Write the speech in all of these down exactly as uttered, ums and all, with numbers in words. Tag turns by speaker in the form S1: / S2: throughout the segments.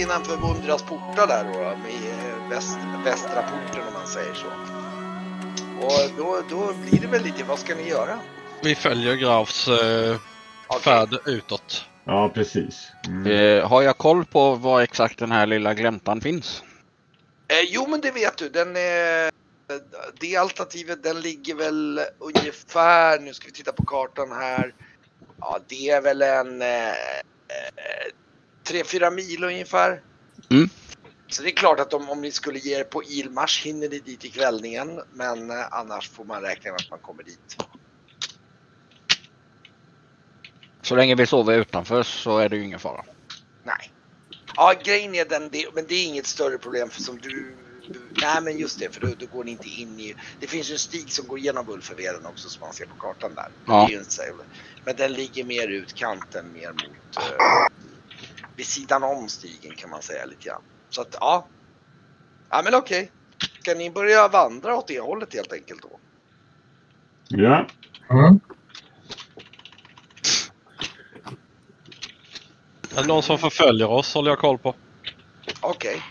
S1: innanför Vundras portar där då, med väst, västra porten om man säger så. Och då, då blir det väl lite, vad ska ni göra?
S2: Vi följer Grafs eh,
S1: okay.
S2: färd utåt.
S3: Ja, precis. Mm.
S4: Eh, har jag koll på var exakt den här lilla gläntan finns?
S1: Eh, jo, men det vet du. Den är, det alternativet, den ligger väl ungefär, nu ska vi titta på kartan här. Ja, det är väl en eh, tre fyra mil ungefär.
S4: Mm.
S1: Så det är klart att om, om ni skulle ge er på ilmarsch hinner ni dit i kvällningen. Men eh, annars får man räkna med att man kommer dit.
S4: Så länge vi sover utanför så är det ju ingen fara.
S1: Nej. Ja, grejen är den, det, men det är inget större problem för som du... du nej, men just det, för då, då går ni inte in i... Det finns ju en stig som går genom Ulföveden också som man ser på kartan där.
S4: Ja.
S1: Det är ju en, men den ligger mer ut kanten, mer mot... Uh, vid sidan om stigen kan man säga lite grann. Så att, ja. Ja, men okej. Ska ni börja vandra åt det hållet helt enkelt då?
S3: Ja.
S5: Mm.
S2: Är det någon som förföljer oss, håller jag koll på?
S1: Okej. Okay.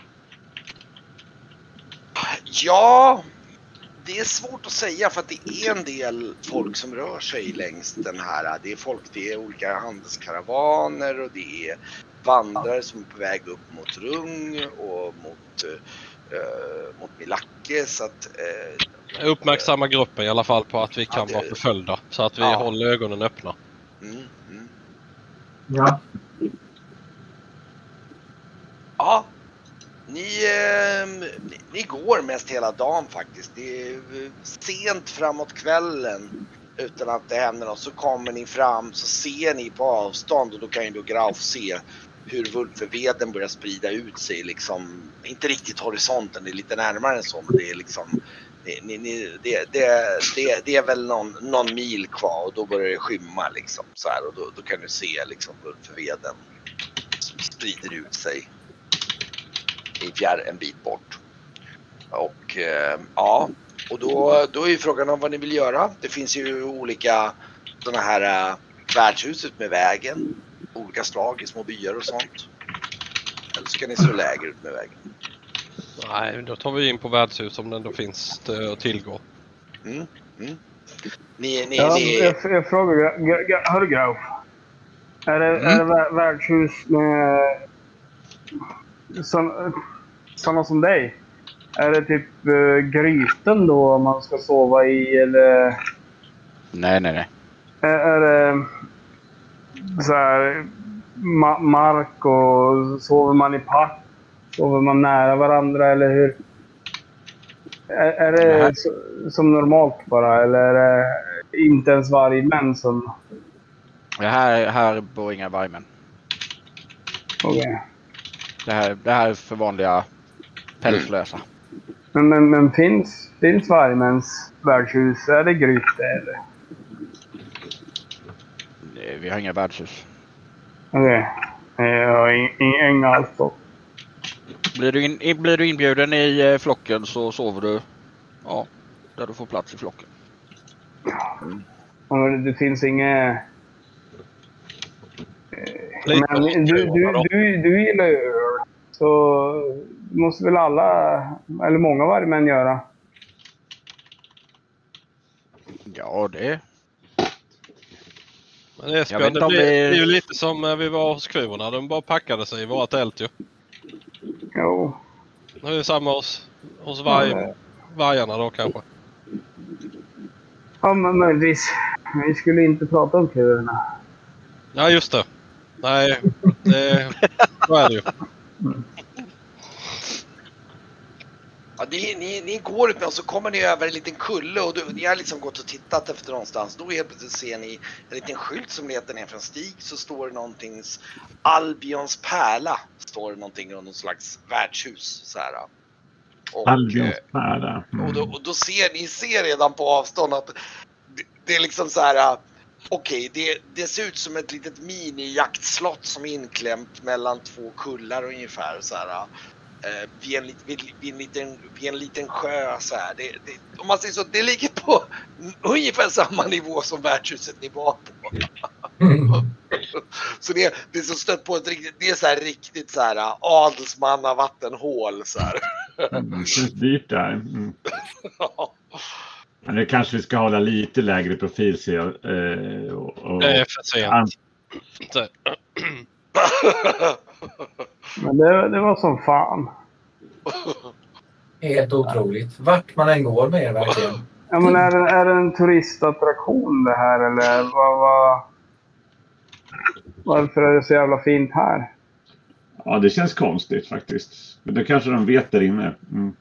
S1: Ja, det är svårt att säga för att det är en del folk som rör sig längs den här. Det är folk, det är olika handelskaravaner och det är vandrare som är på väg upp mot Rung och mot, uh, mot Milacke. Så att, uh,
S2: uppmärksamma gruppen i alla fall på att vi kan
S1: ja, det,
S2: vara förföljda så att vi
S1: ja.
S2: håller ögonen öppna.
S1: Mm, mm.
S5: Ja.
S1: Ja, ni, eh, ni, ni går mest hela dagen faktiskt. Det är sent framåt kvällen utan att det händer något. Så kommer ni fram så ser ni på avstånd och då kan ju då Graf se hur Vulföveden börjar sprida ut sig. Liksom, inte riktigt horisonten, det är lite närmare än så, men det är liksom... Det, ni, ni, det, det, det, det är väl någon, någon mil kvar och då börjar det skymma liksom så här, och då, då kan du se liksom Vulföveden som sprider ut sig i fjärr en bit bort. Och eh, ja, och då, då är ju frågan om vad ni vill göra. Det finns ju olika sådana här äh, värdshuset med vägen, olika slag i små byar och sånt. Eller ska ni slå läger ut med vägen?
S2: Nej, då tar vi in på värdshus om den då finns att tillgå.
S1: Mm, mm. Ni, ni,
S5: ja,
S1: ni...
S5: Jag, jag frågar, hörru Graf. Är det, mm. är det värdshus med sådana som dig? Är det typ uh, gryten då man ska sova i eller?
S4: Nej, nej, nej.
S5: Är, är det så här ma- mark och sover man i pack? Sover man nära varandra eller hur? Är, är det så, som normalt bara eller är det inte ens varje män som?
S4: Det här, här bor inga vargmän.
S5: Okej. Okay.
S4: Det här, det här är för vanliga pälslösa.
S5: Men, men, men finns, finns vargmäns värdshus? Är det gryte eller?
S4: Nej, vi har inga värdshus.
S5: Okej. Okay. Jag har inga alls då.
S4: Blir du, in, blir du inbjuden i eh, flocken så sover du ja, där du får plats i flocken.
S5: Mm. Det finns inga... Men, du, du, du, du gillar ju öl. Så måste väl alla, eller många vargmän göra?
S2: Ja, det. Men det, är det, blir,
S4: vi...
S2: det är ju lite som vi var hos Kruvorna. De bara packade sig i våra tält ju.
S5: Jo.
S2: Nu är det samma hos, hos varg, ja, vargarna då kanske.
S5: Ja, men möjligtvis. Vi skulle inte prata om Kruvorna.
S2: Ja, just det. Nej, det så är det ju. Mm.
S1: Ja, ni, ni, ni går ut med och så kommer ni över en liten kulle och du, ni har liksom gått och tittat efter någonstans. Då helt plötsligt ser ni en liten skylt som letar ner från stig, så står det någonting Albions pärla, står det någonting om någon slags värdshus så här. Och,
S3: Albions pärla. Mm.
S1: Och, då, och då ser ni ser redan på avstånd att det, det är liksom så här. Okej, okay, det, det ser ut som ett litet mini-jaktslott som är inklämt mellan två kullar ungefär så här. Eh, vid, en, vid, vid, en liten, vid en liten sjö så här. Det, det, om man säger så, det ligger på ungefär samma nivå som värdshuset ni var på. Så det, det är så stött på ett riktigt, det är så här riktigt så här adelsmannavattenhål så här.
S3: Mm, det känns dyrt där. Mm. Men det kanske vi ska hålla lite lägre profil, ser jag. Eh, och, och,
S2: Det är för sent.
S3: an-
S2: Det-
S5: Men det, det var som fan.
S6: Helt otroligt. Vart man än går med er verkligen.
S5: Ja, men är, det, är det en turistattraktion det här eller vad, vad, varför är det så jävla fint här?
S3: Ja, det känns konstigt faktiskt. Men det kanske de vet där inne. Mm.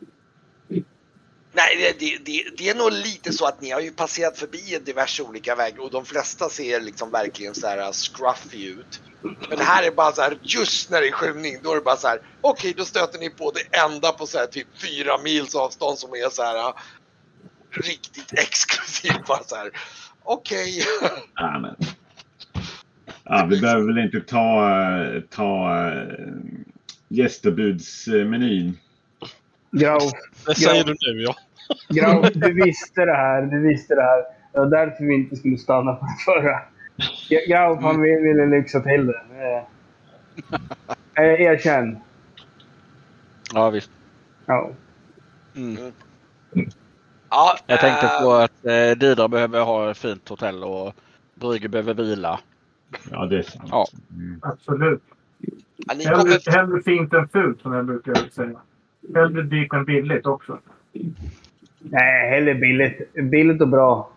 S1: Nej, det, det, det, det är nog lite så att ni har ju passerat förbi diverse olika vägar och de flesta ser liksom verkligen så här scruffy ut. Men här är bara så här, just när det är skymning, då är det bara så här, okej, då stöter ni på det enda på så här typ fyra mils avstånd som är så här riktigt exklusivt, bara så här, okej.
S3: Ja, men. Ja, vi behöver väl inte ta, ta äh, gästerbudsmenyn.
S5: Grau,
S2: Det säger du nu, ja.
S5: Grau, du visste det här, du visste det här. Det var därför vi inte skulle stanna på det förra. Grau, han ville, ville lyxa till det. Eh, erkänn.
S4: Ja, visst.
S5: Ja.
S4: Mm.
S1: Ja,
S4: Jag tänkte
S1: äh,
S4: på att eh, Didra behöver ha ett fint hotell och Brygge behöver vila.
S3: Ja, det är sant.
S4: Ja.
S3: Mm.
S7: Absolut.
S1: ja, ni
S7: Hellre,
S1: kommer,
S7: hellre fint än fult, som jag brukar säga. Hellre dyrt än billigt också.
S5: Nej, hellre billigt. Billigt och bra.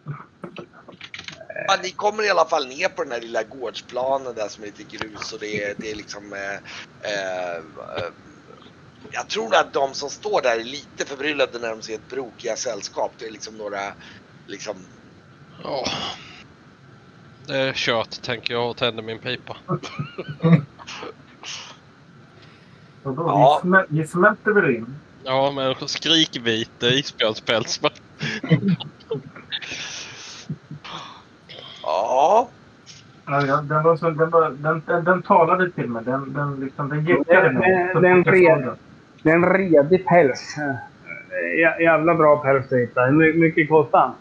S1: ja, ni kommer i alla fall ner på den här lilla gårdsplanen där som är lite grus och det är, det är liksom eh, eh, jag tror att de som står där är lite förbryllade när de ser ett brokiga sällskap. Det är liksom några liksom
S2: Ja. Det är kört, tänker jag, och tänder min pipa.
S7: Och då,
S1: Ja.
S7: vi, smä, vi smälter väl in.
S2: Ja, men skrikvit isbjörnspäls.
S1: ja.
S7: Ja, ja, den, var så, den, var, den, den, den talade till mig. Den, den, liksom, den jäckade
S5: Den,
S7: mig.
S5: den, den, red, det är en redig päls. Jä- Jävla bra päls du hittar. Hur mycket kostar den?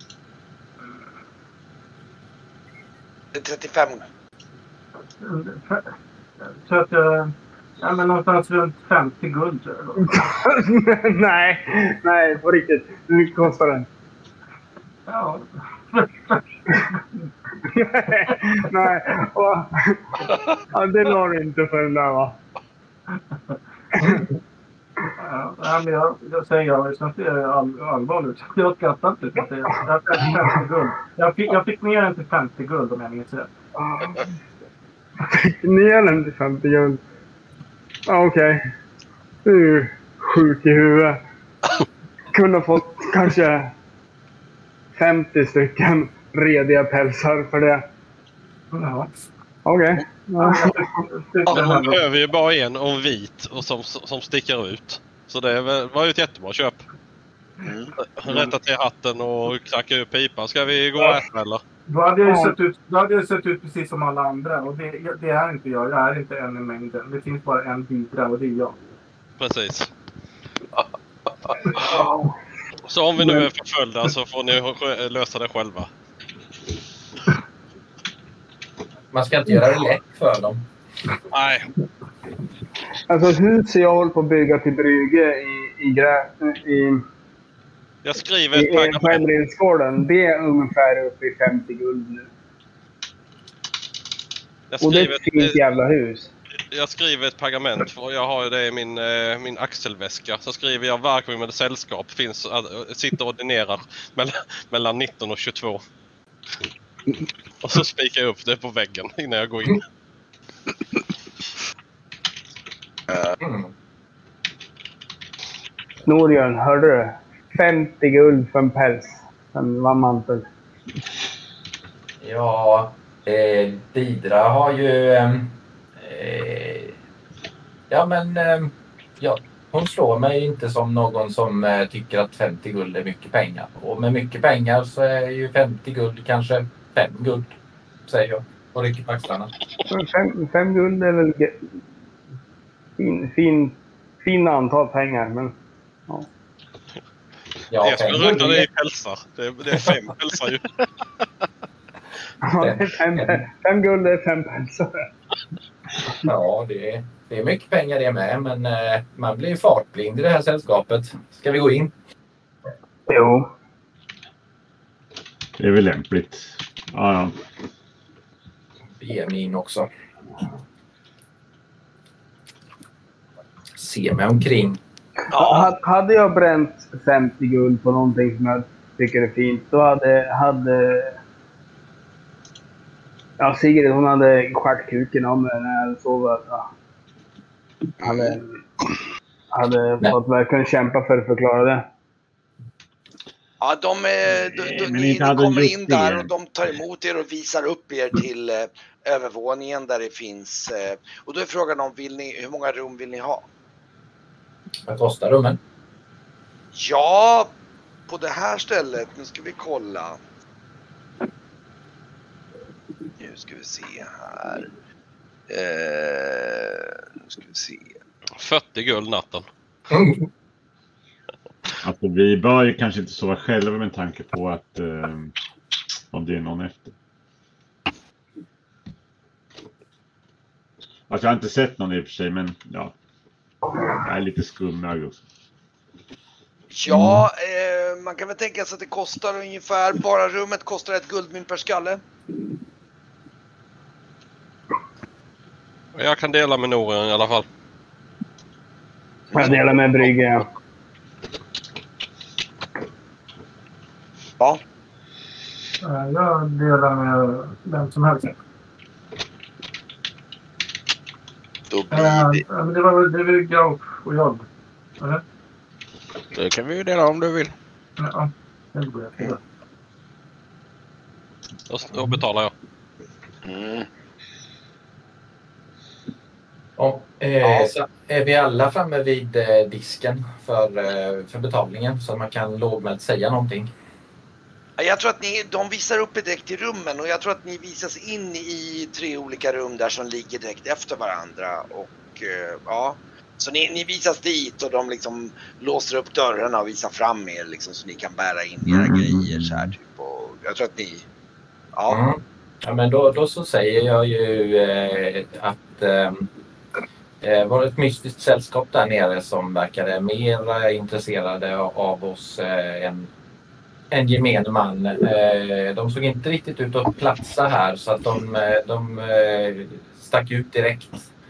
S1: Det är trettiofem.
S7: Så att jag... Ja, men någonstans runt femtio guld. tror jag då.
S5: nej, nej, på riktigt. Hur mycket kostar den?
S7: Ja.
S5: nej, och, ja, det la du inte för den där, va?
S7: Ja, men jag, jag säger jag, jag ska inte göra all, allvarligt. Jag skrattar inte. Så att jag, jag, femtio guld. Jag, fick, jag fick ner den till femtio guld om jag minns rätt.
S5: Ner den till femtio guld. Ja, okej. Okay. Du är sjuk i huvudet. Kunde ha fått kanske femtio stycken rediga pälsar för det.
S7: Ja.
S5: Okej. Okay. Ja.
S2: Ja, de behöver ju bara en och en vit och som, som sticker ut. Så det var- var ju ett jättebra köp.
S1: Mm.
S2: Rätta till hatten och knacka ur pipan. Ska vi gå och äta eller?
S7: Då hade jag ju
S5: Ja.
S7: sett ut, då hade jag sett ut precis som alla andra. Och det, det är inte jag. Jag är inte en i mängden. Det finns bara en bidra och det är jag.
S2: Precis. Så om vi nu är förföljda så får ni sjö- lösa det själva.
S6: Man ska inte göra det lätt för dem.
S2: Nej,
S5: Alltså huset jag håller på att bygga till Brygge i, i, grä, i,
S2: jag skriver
S5: i,
S2: ett
S5: i
S2: pergament.
S5: Skärmridsgården. Det är ungefär uppe i femtio guld nu.
S2: Jag
S5: Och det är
S2: skriver,
S5: ett fint jävla hus.
S2: jag skriver ett pergament för jag har ju det i min, eh, min axelväska. Så skriver jag Varkby med sällskap finns, äh, sitter och ordinerar mellan, mellan nitton och tjugotvå. Och så spikar jag upp det på väggen innan jag går in.
S6: Mm.
S5: Norjön, hörde du? femtio guld för en päls. En mantel.
S6: Ja, eh, Didra har ju... Eh, ja, men... Eh, ja, hon slår mig inte som någon som eh, tycker att femtio guld är mycket pengar. Och med mycket pengar så är ju femtio guld kanske fem guld, säger jag. Och rycker på axlarna.
S5: Fem, fem guld är väl ge- fin, fin, fin antal pengar. Men ja.
S6: Ja,
S2: Jag skulle
S6: fem
S2: räkna
S6: guld
S2: det i
S6: är-
S2: pälsar. Det, det är fem pälsar ju.
S5: fem, fem guld är fem pensar.
S6: Ja, det är, det är mycket pengar det med, men eh, man blir fartblind i det här sällskapet. Ska vi gå in?
S5: Jo.
S3: Det är väl lämpligt. Ja, ja.
S6: Vi ger mig in också. Se mig omkring.
S1: Ja.
S5: Hade jag bränt femtio guld på någonting som jag tycker är fint, då hade... hade ja, Sigrid, hon hade schackkuken om mig när jag sov. Ja. Hade, hade fått verkligen kämpa för att förklara det.
S1: Ja, de, är, de, de,
S3: Men
S1: ni,
S3: inte
S1: ni
S3: hade
S1: kommer
S3: gjort
S1: in
S3: det.
S1: där och de tar emot er och visar upp er till eh, övervåningen där det finns. Eh, och då är frågan om vill ni, hur många rum vill ni ha?
S6: Vad kostar rummen?
S1: Ja, på det här stället, nu ska vi kolla. Nu ska vi se här. Eh, nu ska vi se.
S2: fyrtio guld natten.
S3: Alltså, vi bör ju kanske inte sova själva med tanke på att eh, om det är någon efter. Alltså, jag har inte sett någon i och för sig, men ja. Jag är lite skummög också.
S1: Ja, eh, man kan väl tänka sig att det kostar ungefär, bara rummet kostar ett guldmynt per skalle.
S2: Jag kan dela med Norion i alla fall.
S5: Jag delar med Brygge, ja.
S1: Ja.
S7: Eh, Jag delar med vem som helst.
S1: Då
S7: Eh,
S1: blir det...
S7: men det var väl det är väl jag och jag. Eller?
S4: Det kan vi ju dela om du vill.
S7: Ja, det går jag.
S2: Då, då betalar jag.
S1: Mm.
S6: Och, eh,
S1: Ja.
S6: så är vi alla framme vid eh, disken för, eh, för betalningen så man kan lågmält säga någonting.
S1: Jag tror att ni, de visar upp er direkt i rummen och jag tror att ni visas in i tre olika rum där som ligger direkt efter varandra. Och eh, ja, så ni, ni visas dit och de liksom låser upp dörrarna och visar fram er liksom så ni kan bära in era
S3: Mm.
S1: grejer så här typ. Och jag tror att ni, ja.
S6: Mm. Ja, men då, då så säger jag ju eh, att eh, det var ett mystiskt sällskap där nere som verkade mer eh, intresserade av oss eh, än en gemene man. Eh, de såg inte riktigt ut att platsa här så att de, eh, de eh, stack ut direkt.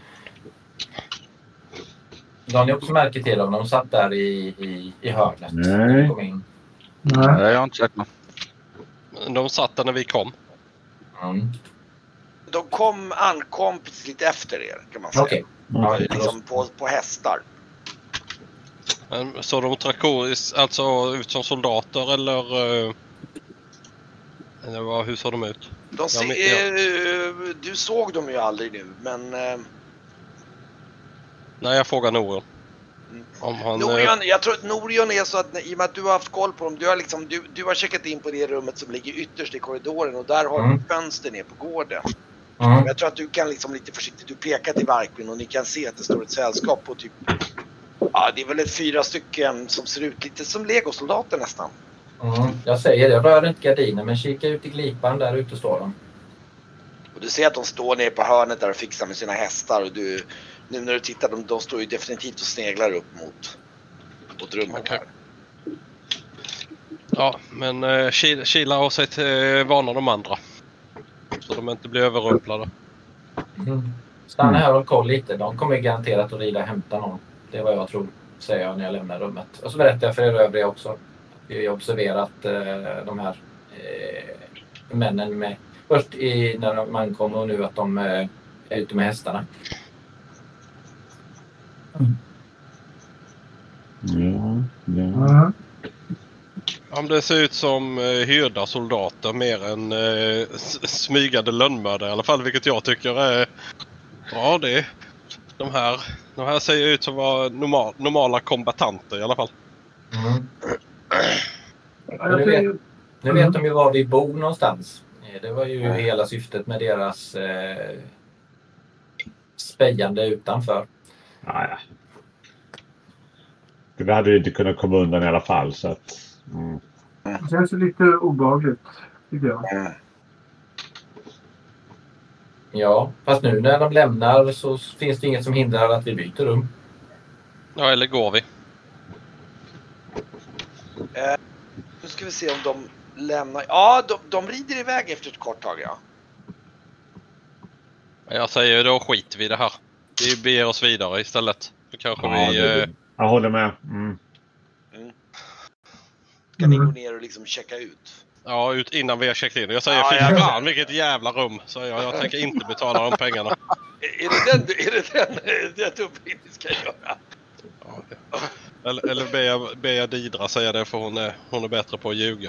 S6: De har ni också märke till om de satt där i, i, i hörnet. När vi kom in.
S7: Nej.
S4: Nej, jag har inte sett något.
S2: De satt där när vi kom.
S6: Mm.
S1: De kom, ankom precis lite efter er kan man säga.
S6: Okej. Ja,
S1: Liksom på, på hästar.
S2: Men så de trakoris, alltså ut som soldater eller, eh, eller vad, hur såg de ut?
S1: De ser,
S2: Ja, men- ja.
S1: eh, du såg dem ju aldrig nu men eh,
S2: Nej, jag frågar Norion.
S1: Mm.
S2: Om han...
S1: Norion, jag tror att Norion är så att i och med att du har haft koll på dem, du har, liksom, du, du har checkat in på det rummet som ligger ytterst i korridoren och där har
S6: Mm.
S1: du fönster ner på gården.
S6: Mm.
S1: Jag tror att du kan liksom lite försiktigt, du pekar till Varkvin och ni kan se att det står ett sällskap på typ, ja det är väl ett fyra stycken som ser ut lite som legosoldater nästan.
S6: Mm. Jag säger det, rör inte gardinen men kika ut i glipan, där ute står de.
S1: Och du ser att de står ner på hörnet där och fixar med sina hästar och du, nu när du tittar, de, de står ju definitivt och sneglar upp mot, mot rummet
S2: Okej.
S1: här.
S2: Ja, men eh, Kila, Kila har sett eh, varna de andra. Så de inte blir överrumplade.
S6: Mm. Stanna här och håll koll lite, de kommer garanterat att rida och hämta någon. Det är vad jag tror, säger jag när jag lämnar rummet. Och så berättar jag för er övriga också. Vi har observerat eh, de här eh, männen med, först i, när de ankom och nu att de eh, är ute med hästarna.
S3: Ja, ja.
S7: Mm.
S2: Om det ser ut som eh, hyrda soldater mer än eh, s- smygande lönnmördare i alla fall, vilket jag tycker är bra det. De här, de här ser ut som vara normal, normala kombatanter i alla fall.
S6: Mm.
S7: Ja, jag
S6: Nu vet,
S7: tycker-
S6: nu vet de ju var vi bor någonstans. Eh, Det var ju hela syftet med deras eh, spejande utanför.
S3: Ja, ja. Det hade ju inte kunnat komma undan i alla fall. Så att, mm.
S7: Det känns ju lite obehagligt, tycker jag.
S1: Mm.
S6: Ja, fast nu när de lämnar så finns det inget som hindrar att vi byter rum.
S2: Ja, eller går vi?
S1: Eh, nu ska vi se om de lämnar. Ja, de, de rider iväg efter ett kort tag, ja.
S2: Jag säger då skit vi i det här. Vi beger oss vidare istället. Då kanske
S3: Ja,
S2: vi...
S3: det,
S2: Eh...
S3: jag håller med. Mm.
S1: Mm. Ska ni gå ner och liksom checka ut?
S2: Ja, ut innan vi har checkat in. Jag säger,
S1: Ja,
S2: fy
S1: ja.
S2: fan vilket jävla rum. Så jag, jag tänker inte betala de pengarna.
S1: Är, är det den, är det den, det uppgift ni ska göra?
S2: Ja, det. Eller, eller ber jag, ber jag Didra säga det, för hon är, hon är bättre på att ljuga.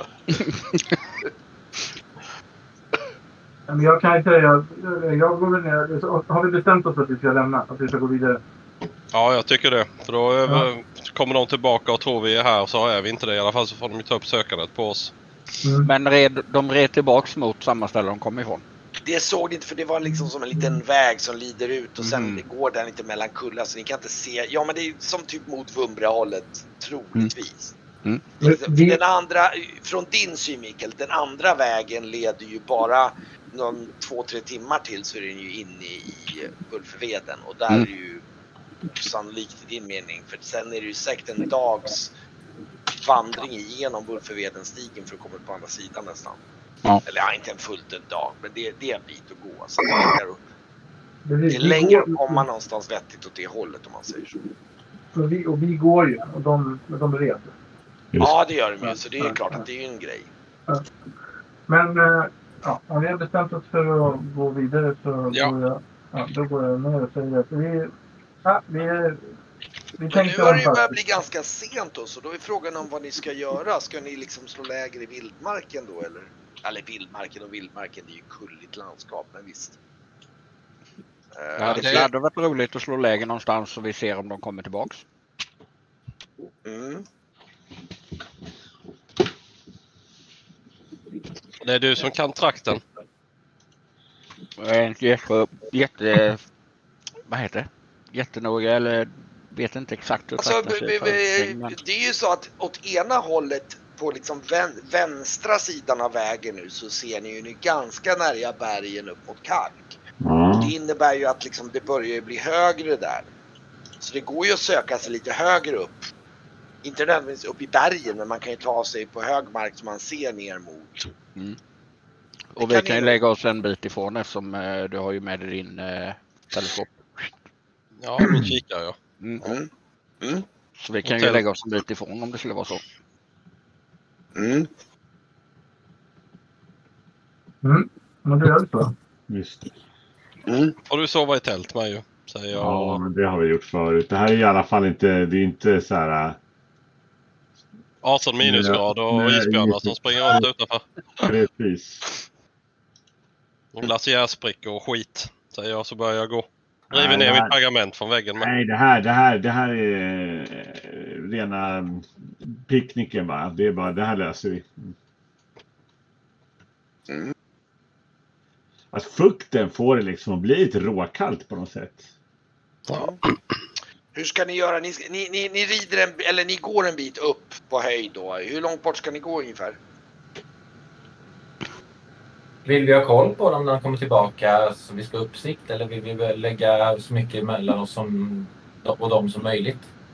S7: Men jag kan inte säga, jag går väl ner. Har vi bestämt oss att vi ska lämna? Att vi ska gå vidare?
S2: Ja, jag tycker det. För då ja. kommer de tillbaka och tror vi är här, så är vi inte det. I alla fall så får de ju ta upp sökandet på oss.
S7: Mm.
S4: Men red, de red tillbaks mot samma ställe de kom ifrån.
S1: Det såg ni inte, för det var liksom som en liten väg som lider ut och sen
S4: Mm.
S1: går den inte mellan kullar, så ni kan inte se. Ja, men det är som typ mot Vumbrahållet, troligtvis.
S4: Mm.
S7: Men vi-
S1: Den andra, från din syn Mikael, den andra vägen leder ju bara någon två, tre timmar till, så är den ju inne i Ulfveden, och där
S4: Mm.
S1: är det ju sannolikt i din mening, för sen är det ju säkert en dags vandring igenom Ulfvedens-stigen för att komma ut på andra sidan nästan.
S4: Ja.
S1: Eller ja, inte en fullt en dag, men det, det är en bit att gå. Så det är längre,
S7: vi-
S1: det är
S7: vi
S1: längre
S7: går-
S1: att komma någonstans vettigt åt det hållet, om man säger så.
S7: Och vi, och vi går ju, och de, de red.
S3: Just.
S1: Ja, det gör de ju, så det är ju klart att det är ju en grej.
S7: Men eh, ja, om vi har bestämt oss för att gå vidare så
S2: Ja.
S7: går jag, ja, då går jag ner och säger att vi, ja, vi, vi
S1: Men nu
S7: tänkte
S1: har det ju
S7: anpassa-
S1: börjat bli ganska sent då, så då är frågan om vad ni ska göra. Ska ni liksom slå läger i vildmarken då, eller? Eller vildmarken och vildmarken, det är ju kulligt landskap, men visst. Eh,
S4: Ja, det
S2: det-
S4: hade varit roligt att slå läger någonstans så vi ser om de kommer tillbaks.
S1: mm.
S2: Det är du som kan trakten.
S4: Jag är inte jätte, jätte vad heter det? Jättenoga, eller vet inte exakt hur
S1: Alltså,
S4: trakten ser
S1: vi-
S4: ut.
S1: vi-
S4: Men-
S1: det är ju så att åt ena hållet, på liksom vän, vänstra sidan av vägen nu, så ser ni ju nu ganska nära bergen upp mot Kalk.
S3: Ja.
S1: Det innebär ju att liksom det börjar ju bli högre där. Så det går ju att söka sig lite högre upp. Inte nödvändigtvis upp i bergen, men man kan ju ta sig på hög mark som man ser ner mot.
S4: Mm.
S1: Det
S4: Och vi
S1: kan
S4: kan ju
S1: ni-
S4: lägga oss en bit ifrån eftersom eh, du har ju med dig din eh, teleskop.
S2: Ja, min kikare ja.
S4: Mm.
S1: Mm. Mm.
S4: Så vi kan ju
S2: Hotell.
S4: lägga oss en bit ifrån om det skulle vara så.
S1: Mm.
S7: Mm, men det gör vi så.
S3: Just.
S1: Mm.
S2: Och du sova i tält med ju, säger jag.
S3: Ja, men det har vi gjort förut. Det här är i alla fall inte, det är inte så här
S2: arton minusgrader och
S3: Nej,
S2: isbjörnar som springer runt utanför.
S3: precis.
S2: Och glaciärsprickor och skit, säger jag, så börjar jag gå. River
S3: Nej,
S2: ner
S3: det här-
S2: mitt pergament från väggen. Men...
S3: Nej, det här, det här, det här är eh, rena picknicken va. Det är bara, det här löser vi.
S1: Mm.
S3: Att fukten får det liksom att bli lite råkallt på något sätt.
S1: Ja. Hur ska ni göra? Ni, ska- ni, ni, ni rider en, eller ni går en bit upp på höjd då. Hur långt bort ska ni gå ungefär?
S6: Vill vi ha koll på dem när de kommer tillbaka så vi ska ha uppsikt, eller vill vi väl lägga så mycket mellan oss som, och dem som möjligt?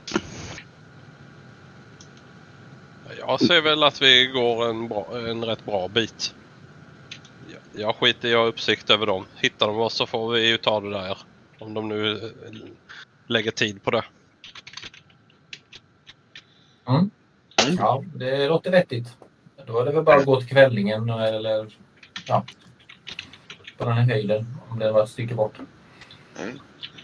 S2: Jag ser väl att vi går en, bra, en rätt bra bit. Jag, jag skiter i att ha uppsikt över dem. Hittar de oss så får vi ju ta det där. Om de nu eh, lägger tid på det.
S6: Mm. Ja, det låter vettigt. Då är det väl bara att gå till kvällningen eller ja, på den här höjden om det var ett stycke bort.
S1: Mm.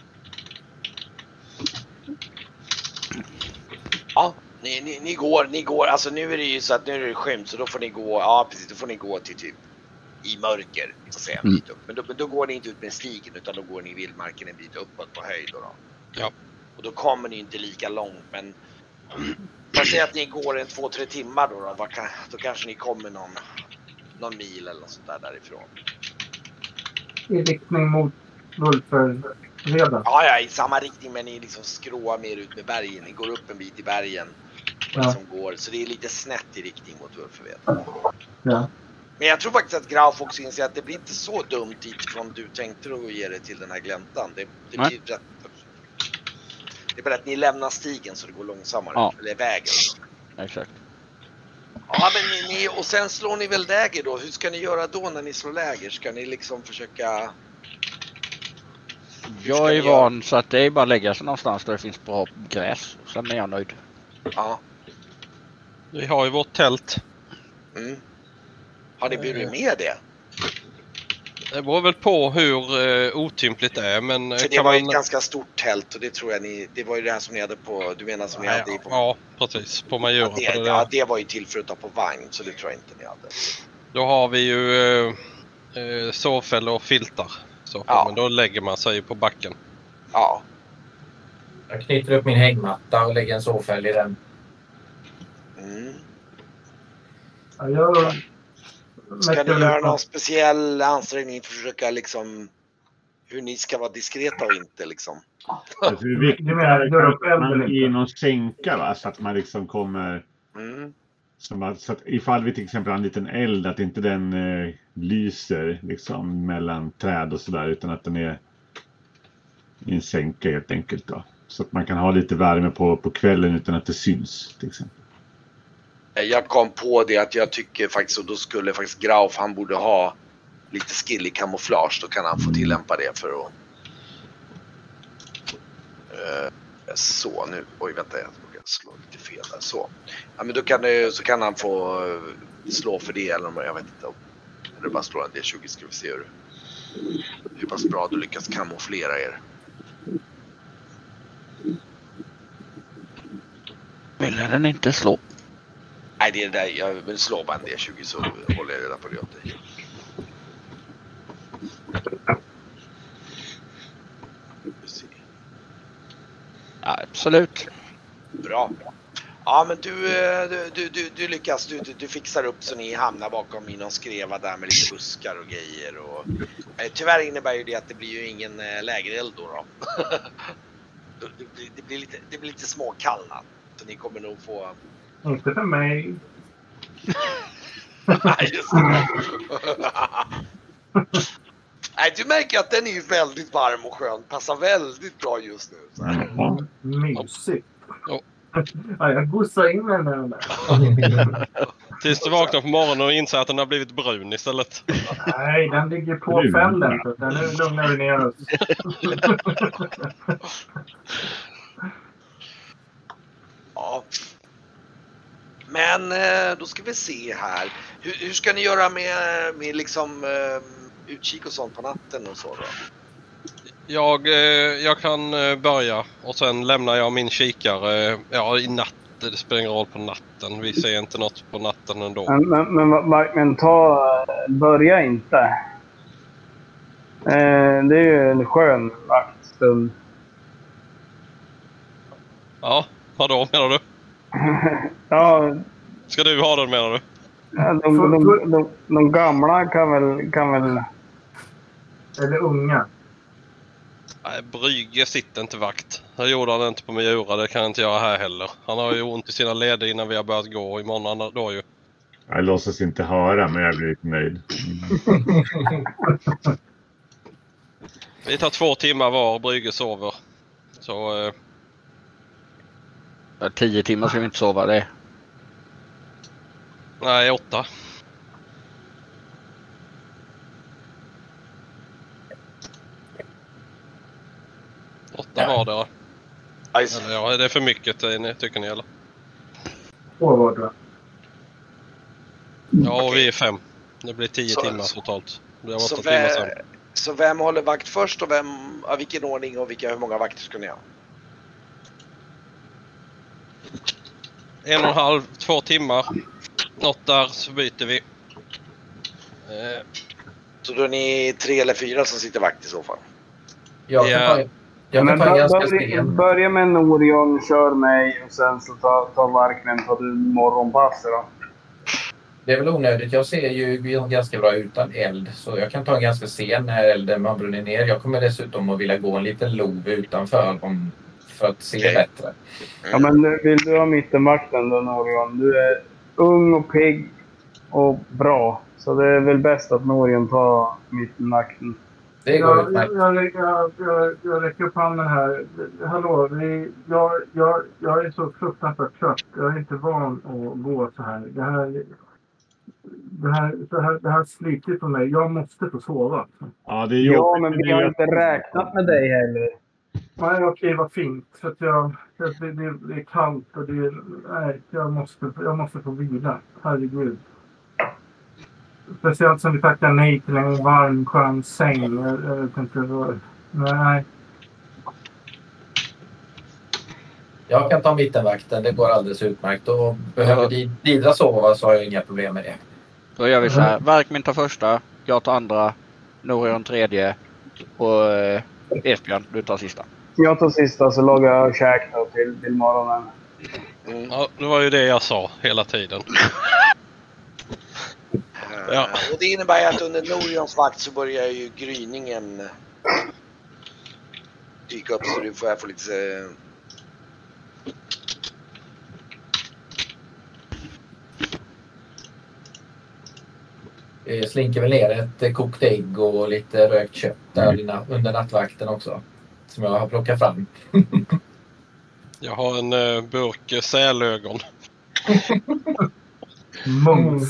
S1: Ja, ni, ni, ni går, ni går, alltså nu är det ju så att nu är det skymt, så då får ni gå, ja precis, då får ni gå till typ i mörker, så att säga, en bit upp. Men då, men då går ni inte ut med stigen, utan då går ni i vildmarken en bit uppåt på höjd då. då.
S2: Ja.
S1: Och då kommer ni inte lika långt, men jag säger att ni går en två, tre timmar då, då, vad kan, då kanske ni kommer någon, någon mil eller sånt där därifrån.
S7: I riktning mot Vulferreden.
S1: Ja, ja, i samma riktning, men ni liksom skråar mer ut med bergen. Ni går upp en bit i bergen och
S7: Ja.
S1: liksom går, så det är lite snett i riktning mot Vulferreden.
S7: Ja.
S1: Men jag tror faktiskt att Graf också inser att det blir inte så dumt utifrån du tänkte att ge det till den här gläntan. Det, det blir rätt. Det är bara att ni lämnar stigen så det går långsammare.
S4: Ja.
S1: Eller vägen.
S4: Exakt.
S1: Ja, men ni, ni, och sen slår ni väl läger då? Hur ska ni göra då när ni slår läger? Ska ni liksom försöka...
S4: Jag är van så att det är bara att lägga sig någonstans där det finns bra gräs. Sen är jag nöjd.
S1: Ja.
S2: Vi har ju vårt tält.
S1: Mm. Har ni burit med det?
S2: Det beror väl på hur uh, otympligt det är, men...
S1: För det
S2: kan
S1: var
S2: man...
S1: ju ett ganska stort tält och det tror jag ni... Det var ju det här som ni hade på... Du menar som ni
S2: ja,
S1: hade i på...
S2: Ja, precis. På Majora.
S1: Ja, det,
S2: det,
S1: ja, det var ju till för att ta på vagn, så det tror jag inte ni hade.
S2: Då har vi ju uh, uh, sovfällor och filtar. Så,
S1: ja.
S2: Men då lägger man sig på backen.
S1: Ja.
S6: Jag knyter upp min hängmatta och lägger en sovfäll i den.
S1: Mm.
S7: Ja, jag...
S1: Ska ni göra någon speciell ansträngning för att försöka liksom hur ni ska vara diskreta och inte liksom?
S3: Alltså, det är viktigt att man är i någon sänka, va? Så att man liksom kommer
S1: mm.
S3: som att, så att ifall vi till exempel har en liten eld att inte den eh, lyser liksom mellan träd och sådär utan att den är i en sänka helt enkelt då. Så att man kan ha lite värme på, på kvällen utan att det syns till exempel.
S1: Jag kom på det att jag tycker faktiskt, och då skulle faktiskt Grauf, han borde ha lite skill i kamouflage, då kan han få tillämpa det för att uh, så nu, oj vänta jag ska slå lite fel där, så ja, men då kan det, så kan han få uh, slå för det eller jag vet inte, eller bara slå en D tjugo ska vi se hur, hur pass bra du lyckas kamouflera er.
S4: Vill den inte slå?
S1: Nej, det är det där. Jag vill slå bara en D tjugo så håller jag reda på det åt dig.
S4: Ja, absolut.
S1: Bra. Ja, men du, du, du, du lyckas. Du, du, du fixar upp så ni hamnar bakom i någon skreva där med lite buskar och grejer. Och, eh, tyvärr innebär ju det att det blir ju ingen eh, lägereld då. då. det, blir, det, blir lite, det blir lite småkallnat. Så ni kommer nog få...
S7: Inte för mig.
S1: Nej, just det. Nej, du märker att den är ju väldigt varm och skön. Passar väldigt bra just nu. Så här.
S7: Mm. Mysigt.
S2: Ja.
S7: Ja, jag gossar in med den där.
S2: Tills du vaknar på morgonen och inser att den har blivit brun istället.
S7: Nej, den ligger på fällen. Så den är lugnar vi ner oss.
S1: Ja. Men då ska vi se här. Hur, hur ska ni göra med, med liksom utkik och sånt på natten och så då?
S2: Jag, jag kan börja och sen lämnar jag min kikare ja, i natt. Det spelar ingen roll på natten. Vi ser inte något på natten ändå.
S5: Men, men, men, men ta, börja inte. Eh, det är ju en skön vaktstund.
S2: Ja, vadå menar du?
S5: Ja.
S2: Ska du ha den menar du?
S5: Ja, de, de, de, de gamla kan väl, kan väl...
S7: Eller unga.
S2: Nej, Brygge sitter inte vakt. Det gjorde han inte på Majora, det kan jag inte göra här heller. Han har ju ont i sina leder innan vi har börjat gå imorgon då ju.
S3: Jag låtsas inte höra men jag blir lite nöjd.
S2: Vi tar två timmar var och Brygge sover. Så... Eh...
S4: Ja, tio timmar ska vi inte sova det.
S2: Nej, åtta. Åtta var det. Eller, ja, det är för mycket tycker ni eller?
S7: Två var det.
S2: Ja, och vi är fem. Det blir tio
S1: så,
S2: timmar totalt. Det är åtta
S1: så,
S2: timmar sen.
S1: Så vem håller vakt först och vem, ja, vilken ordning och vilka, hur många vakter ska ni ha?
S2: En och en halv, två timmar. Något där så byter vi.
S1: Eh. Så då är ni tre eller fyra som sitter vakt i så fall?
S6: Jag kan ta, jag kan ta en ganska sten.
S5: Börja med en Orion, kör mig och sen så tar ta Varknen på du morgonpasset då.
S6: Det är väl onödigt. Jag ser ju ganska bra utan eld. Så jag kan ta en ganska sen när elden har brunnit ner. Jag kommer dessutom att vilja gå en liten lov utanför om, för att se okay. bättre.
S5: Mm. Ja, men vill du ha mittenvakten då, Orion? Du är ung och pigg och bra. Så det är väl bäst att Norion tar mittenvakten.
S6: Det går
S7: Jag,
S6: utmärkt.
S7: jag, jag, jag, jag, jag räcker upp handen här. Hallå, vi, jag, jag, jag är så fruktansvärt trött. Jag är inte van att gå så här. Det här, det här, det här, det här är slitigt för mig. Jag måste få sova.
S3: Ja, det är
S5: Ja,
S3: jobbigt.
S5: men vi har inte räknat med dig heller.
S7: Nej, okej, vad fint. Så att jag, det, det, det är kallt och det är... Nej, jag måste, jag måste få vila. Herregud. Speciellt som vi tackar nej till en varm, skön säng. Jag, jag vet inte vad... Nej.
S6: Jag kan ta mittenvakten, det går alldeles utmärkt. Och behöver
S4: Ja.
S6: Didra sova så har jag inga problem med det.
S4: Då gör vi så här. Varkmin tar första, jag tar andra, Norion tredje och eh, Esbjörn, du tar sista.
S5: Jag tar sista så lagar jag käk då till, till morgonen.
S1: Mm.
S2: Ja, det var ju det jag sa hela tiden. Ja.
S1: Och det innebär att under Norions vakt så börjar ju gryningen dyka upp, så du får, jag får lite...
S6: Jag slinker väl ner ett eh, kokt ägg och lite rökt kött där innan- under nattvakten också. Som jag har plockat fram.
S2: Jag har en uh, burk sälögon.
S7: Mums.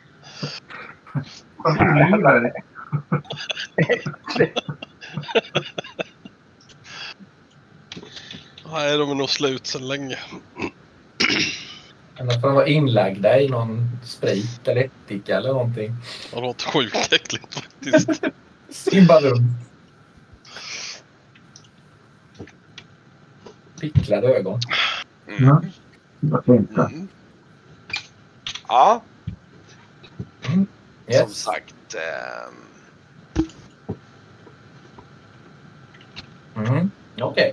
S7: Vad är det?
S2: Nej, de är nog slut sedan länge.
S6: Annars får de vara inlagda i någon sprit eller ättika eller någonting.
S2: Det låter sjukt äckligt faktiskt.
S6: Simba runt. Picklade ögon.
S1: Mm.
S7: Ja. Jag tänkte.
S1: Mm. Ja, som
S6: Yes.
S1: sagt. ehm,
S6: Mm. Okej.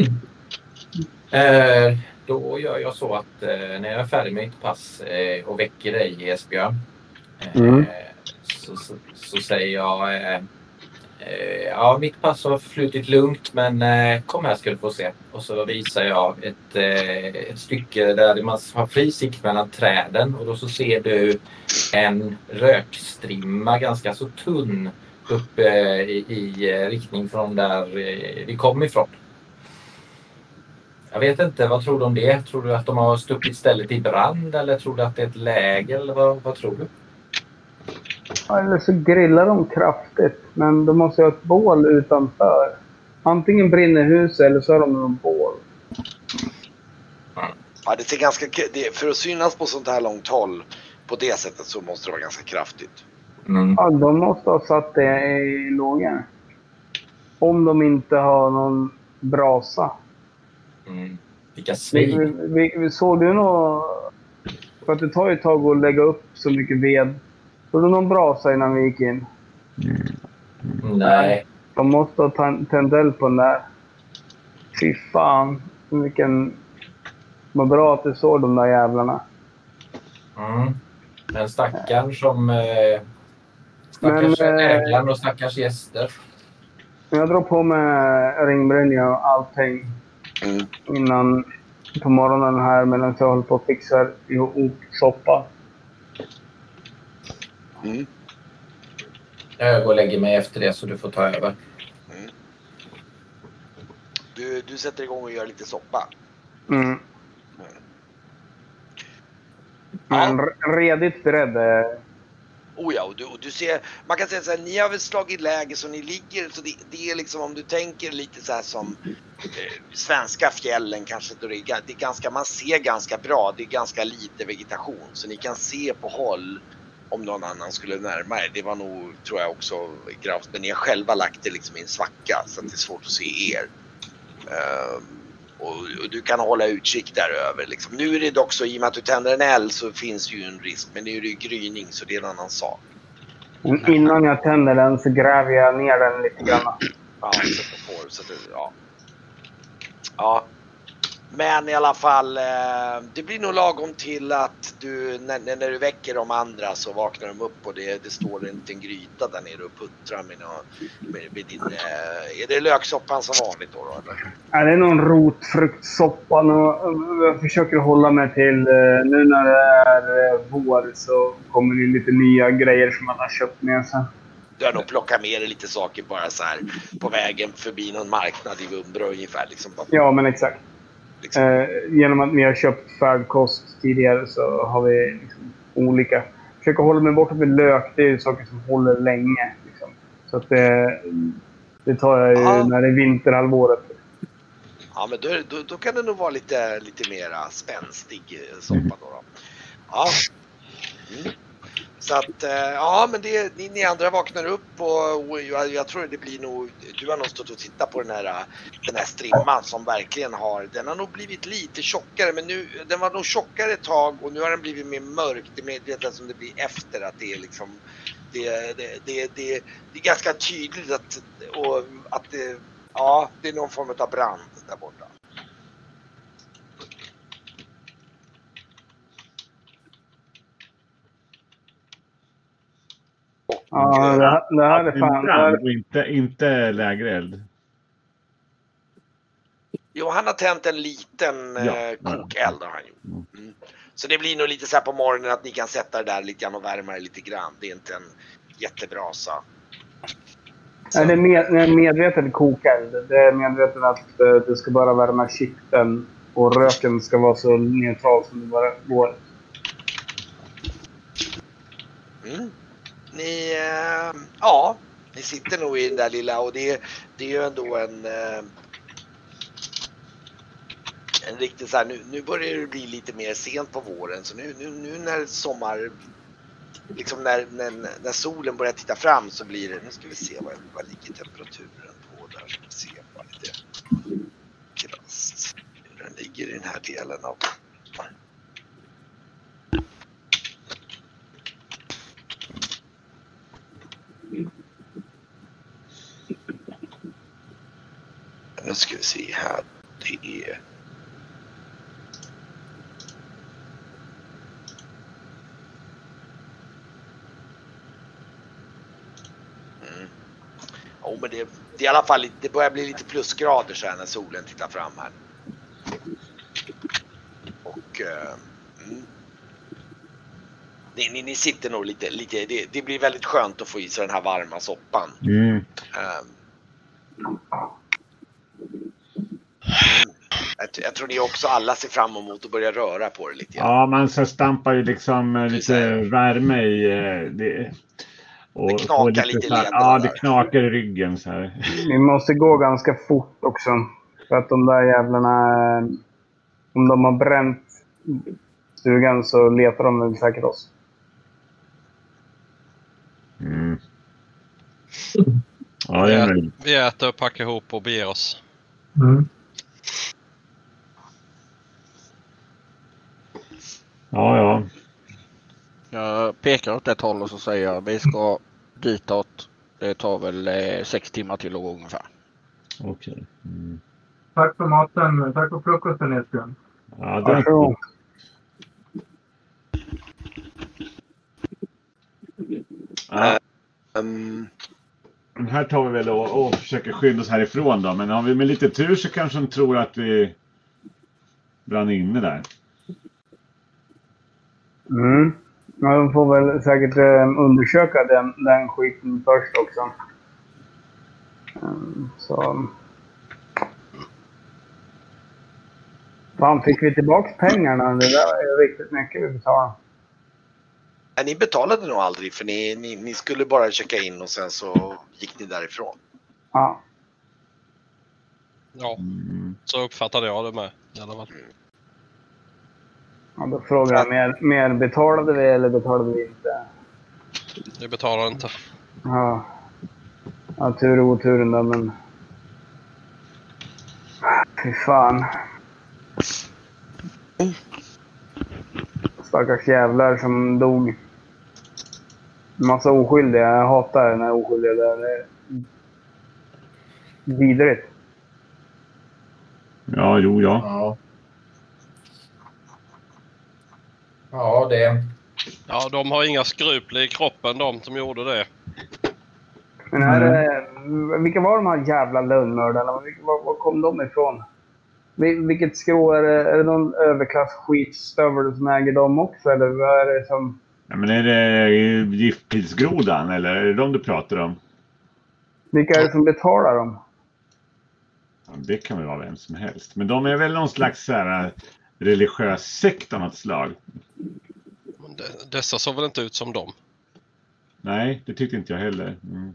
S6: eh, då gör jag så att eh, när jag är färdig med mitt pass eh, och väcker dig, Esbjörn. Eh,
S5: Mm.
S6: så, så, så säger jag... Eh, eh, ja, mitt pass har flutit lugnt, men eh, kom här ska du få se. Och så visar jag ett, eh, ett stycke där man har fri sikt mellan träden. Och då så ser du en rökstrimma, ganska så tunn, upp eh, i, i eh, riktning från där eh, vi kom ifrån. Jag vet inte, vad tror du om det? Tror du att de har stuckit stället i brand eller tror du att det är ett läger eller vad, vad tror du?
S5: Eller så grillar de kraftigt. Men de måste ha ett bål utanför. Antingen brinner huset eller så har de någon bål.
S1: ja, det ser ganska... Det, för att synas på sånt här långt håll på det sättet så måste det vara ganska kraftigt.
S6: Mm.
S5: Ja, de måste ha satt det i lågan. Om de inte har någon brasa.
S6: Mm. Vilka
S5: Vi,
S6: svin.
S5: vi, vi, såg du något... För att det tar ju ett tag att lägga upp så mycket ved. Såg du någon brasa innan vi gick in?
S6: Nej.
S5: De måste ha tänt tänt eld på den där. Fy fan. Vilken... Vad bra att du såg de där jävlarna.
S6: Mm. Men stackaren som... Eh, stackars
S5: Men, eh,
S6: ägaren och stackars gäster.
S5: Jag drar på mig ringbrynja och allting
S1: Mm.
S5: innan på morgonen här medan jag håller på och fixar ihop soppa.
S1: Mm.
S6: Jag går och lägger mig efter det så du får ta över.
S1: Du, du sätter igång och gör lite soppa.
S5: Mm. Men re- redigt beredd. eh,
S1: Oh ja, och du, och du ser, man kan säga så här, ni har väl slagit läge så ni ligger, så det, det är liksom om du tänker lite så här som eh, svenska fjällen kanske, då det är, ga- det är ganska, man ser ganska bra, det är ganska lite vegetation så ni kan se på håll om någon annan skulle närma er. Det var nog, tror jag också gravt, men ni har själva lagt det liksom i en svacka så att det är svårt att se er. Ehm, och, och du kan hålla utkik där över liksom. Nu är det dock så, i och med att du tänder en eld så finns ju en risk, men nu är det ju gryning så det är en annan sak.
S5: Men innan jag tänder den så gräver jag ner den lite grann.
S1: Ja, så att du får, så att du, ja. Ja. Men i alla fall, eh, det blir nog lagom till att du, när, när du väcker de andra så vaknar de upp och det, det står en liten gryta där nere och puttrar med, med, med din... Eh, är det löksoppan som vanligt då? då eller?
S5: Ja, det är någon rotfruktsoppa. Jag försöker hålla mig till... Nu när det är vår så kommer det lite nya grejer som man har köpt med sig.
S1: Du har nog plockat med dig lite saker bara så här på vägen förbi någon marknad i Vumbro ungefär. Liksom.
S5: Ja, men exakt. Liksom. Eh, genom att vi har köpt färdkost tidigare så har vi liksom olika... Försöker hålla mig borta med lök. Det är saker som håller länge. Liksom. Så att det, det tar jag ju ja. när det är vinterhalvåret.
S1: Ja, men då, då, då kan det nog vara lite, lite mera spänstig soppa då. då. Ja. Mm. Så att, ja men det, ni, ni andra vaknar upp och, och jag, jag tror det blir nog, du har nog stått och tittat på den här, den här strimman som verkligen har, den har nog blivit lite tjockare men nu, den var nog tjockare ett tag och nu har den blivit mer mörk, det är medvetet som det blir efter att det är liksom, det, det, det, det, det är ganska tydligt att, och, att det, ja det är någon form av brand där borta.
S5: Ja, det här, det här är fan...
S3: Brand och inte, inte lägereld.
S1: Jo, han har tänt en liten ja, eh, kokeld har han gjort. Mm. Så det blir nog lite så här på morgonen att ni kan sätta det där lite grann och värma det lite grann. Det är inte en jättebrasa.
S5: Nej, det är med, med medvetet kokeld. Det är medvetet att uh, det ska bara värma kitteln och röken ska vara så neutral som det bara går.
S1: Mm. Ni, äh, ja, ni sitter nog i den där lilla och det, det är ju ändå en, äh, en riktigt så här, nu, nu börjar det bli lite mer sent på våren så nu, nu, nu när sommar, liksom när, när, när solen börjar titta fram så blir det, nu ska vi se vad, vad ligger temperaturen på där, ska vi se vad lite krasst, hur den ligger i den här delen av. Nu ska vi se här. Det är... Mm. Oh, men det, det är i alla fall det börjar bli lite plusgrader så här när solen tittar fram här. Och... Uh, mm. ni, ni, ni sitter nog lite... lite det, det blir väldigt skönt att få i sig den här varma soppan.
S3: Mm.
S1: Um, Jag, jag tror ni också alla ser fram emot att börja röra på det lite.
S3: Ja, man så stampar ju liksom lite värme i det. Och,
S1: det knakar
S3: och lite
S1: lite
S3: så här, ja, det knakar i ryggen så här.
S5: Vi måste gå ganska fort också. För att de där jävlarna, om de har bränt stugan så letar de väl säkert oss.
S3: Mm. Ja, det är
S2: vi, vi äter och packar ihop och beger oss.
S7: Mm.
S3: Ja, ja.
S4: Jag pekar åt ett håll och så säger jag vi ska ditåt. Det tar väl eh, sex timmar till att gå ungefär.
S3: Okej. Okay. Mm.
S7: Tack för maten. Tack för frukosten, Esbjörn.
S3: Ja, det är bra. Ja.
S1: Um,
S3: här tar vi väl och, och försöker skydda oss härifrån då. Men om vi med lite tur så kanske de tror att vi brann inne där.
S5: Mm. Ja, de får väl säkert eh, undersöka den, den skiten först också. Um, så... Fan, fick vi tillbaka pengarna? Det där är riktigt mycket vi betalade.
S1: Ja, ni betalade nog aldrig för ni, ni, ni skulle bara checka in och sen så gick ni därifrån.
S5: Ja.
S2: Ja, så uppfattade jag det med. I alla fall.
S5: Ja, då frågar jag, mer, mer betalade vi eller betalade vi inte?
S2: Det betalar inte.
S5: Ja. Ja, tur och oturen då, men... Fy fan. Stackars jävlar som dog. Massa oskyldiga. Jag hatar den här oskyldiga där. Det är vidrigt.
S3: Ja, jo, ja.
S6: Ja. Ja, det...
S2: Ja, de har inga skrupler i kroppen, de som gjorde det.
S5: Men här, mm. vilka var de här jävla lönnmördarna? Var, var kom de ifrån? Vil, vilket skrå är det? Är det någon överklass skitstövel som äger dem också? Eller vad är det som...
S3: Ja, men är det giftpilsgrodan eller är det de du pratar om?
S5: Vilka är det som betalar dem?
S3: Ja, det kan väl vara vem som helst. Men de är väl någon slags så här, religiös sekt av något slag.
S2: Men de, dessa såg väl inte ut som dem?
S3: Nej, det tyckte inte jag heller. Mm.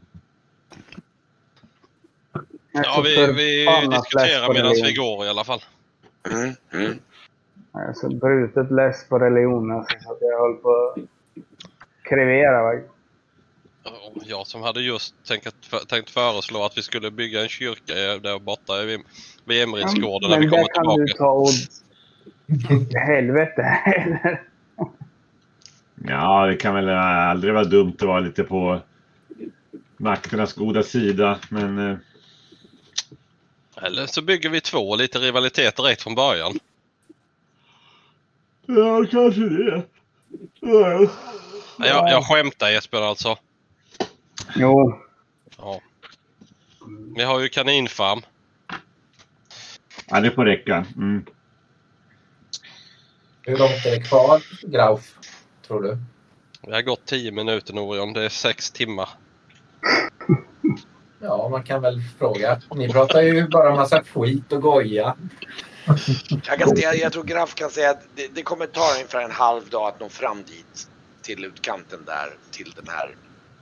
S2: Ja, vi, vi diskuterar medan vi går i alla fall.
S1: Mm. Mm.
S5: Jag är så brutet less på religion alltså, så att jag höll på att krevera. Va?
S2: Jag som hade just tänkt, tänkt föreslå att vi skulle bygga en kyrka där borta vid Emridsgården när vi kommer tillbaka.
S5: Men det kan du ta och... helvete.
S3: Ja, det kan väl aldrig vara dumt att vara lite på makternas goda sida, men...
S2: Eller så bygger vi två, lite rivalitet direkt från början.
S3: Ja, kanske det. Ja.
S2: Jag, jag skämtar Jesper alltså.
S5: Jo.
S2: Ja. Vi har ju kaninfarm.
S3: Ja, det får räcka. Mm.
S6: Hur långt är det kvar, Grauf, tror du?
S2: Vi har gått tio minuter Norion, det är sex timmar.
S6: Ja, man kan väl fråga. Ni pratar ju bara en massa skit och goja.
S1: Jag, kan säga, jag tror Graff kan säga att det, det kommer ta ungefär en halv dag att nå fram dit. Till utkanten där, till den här...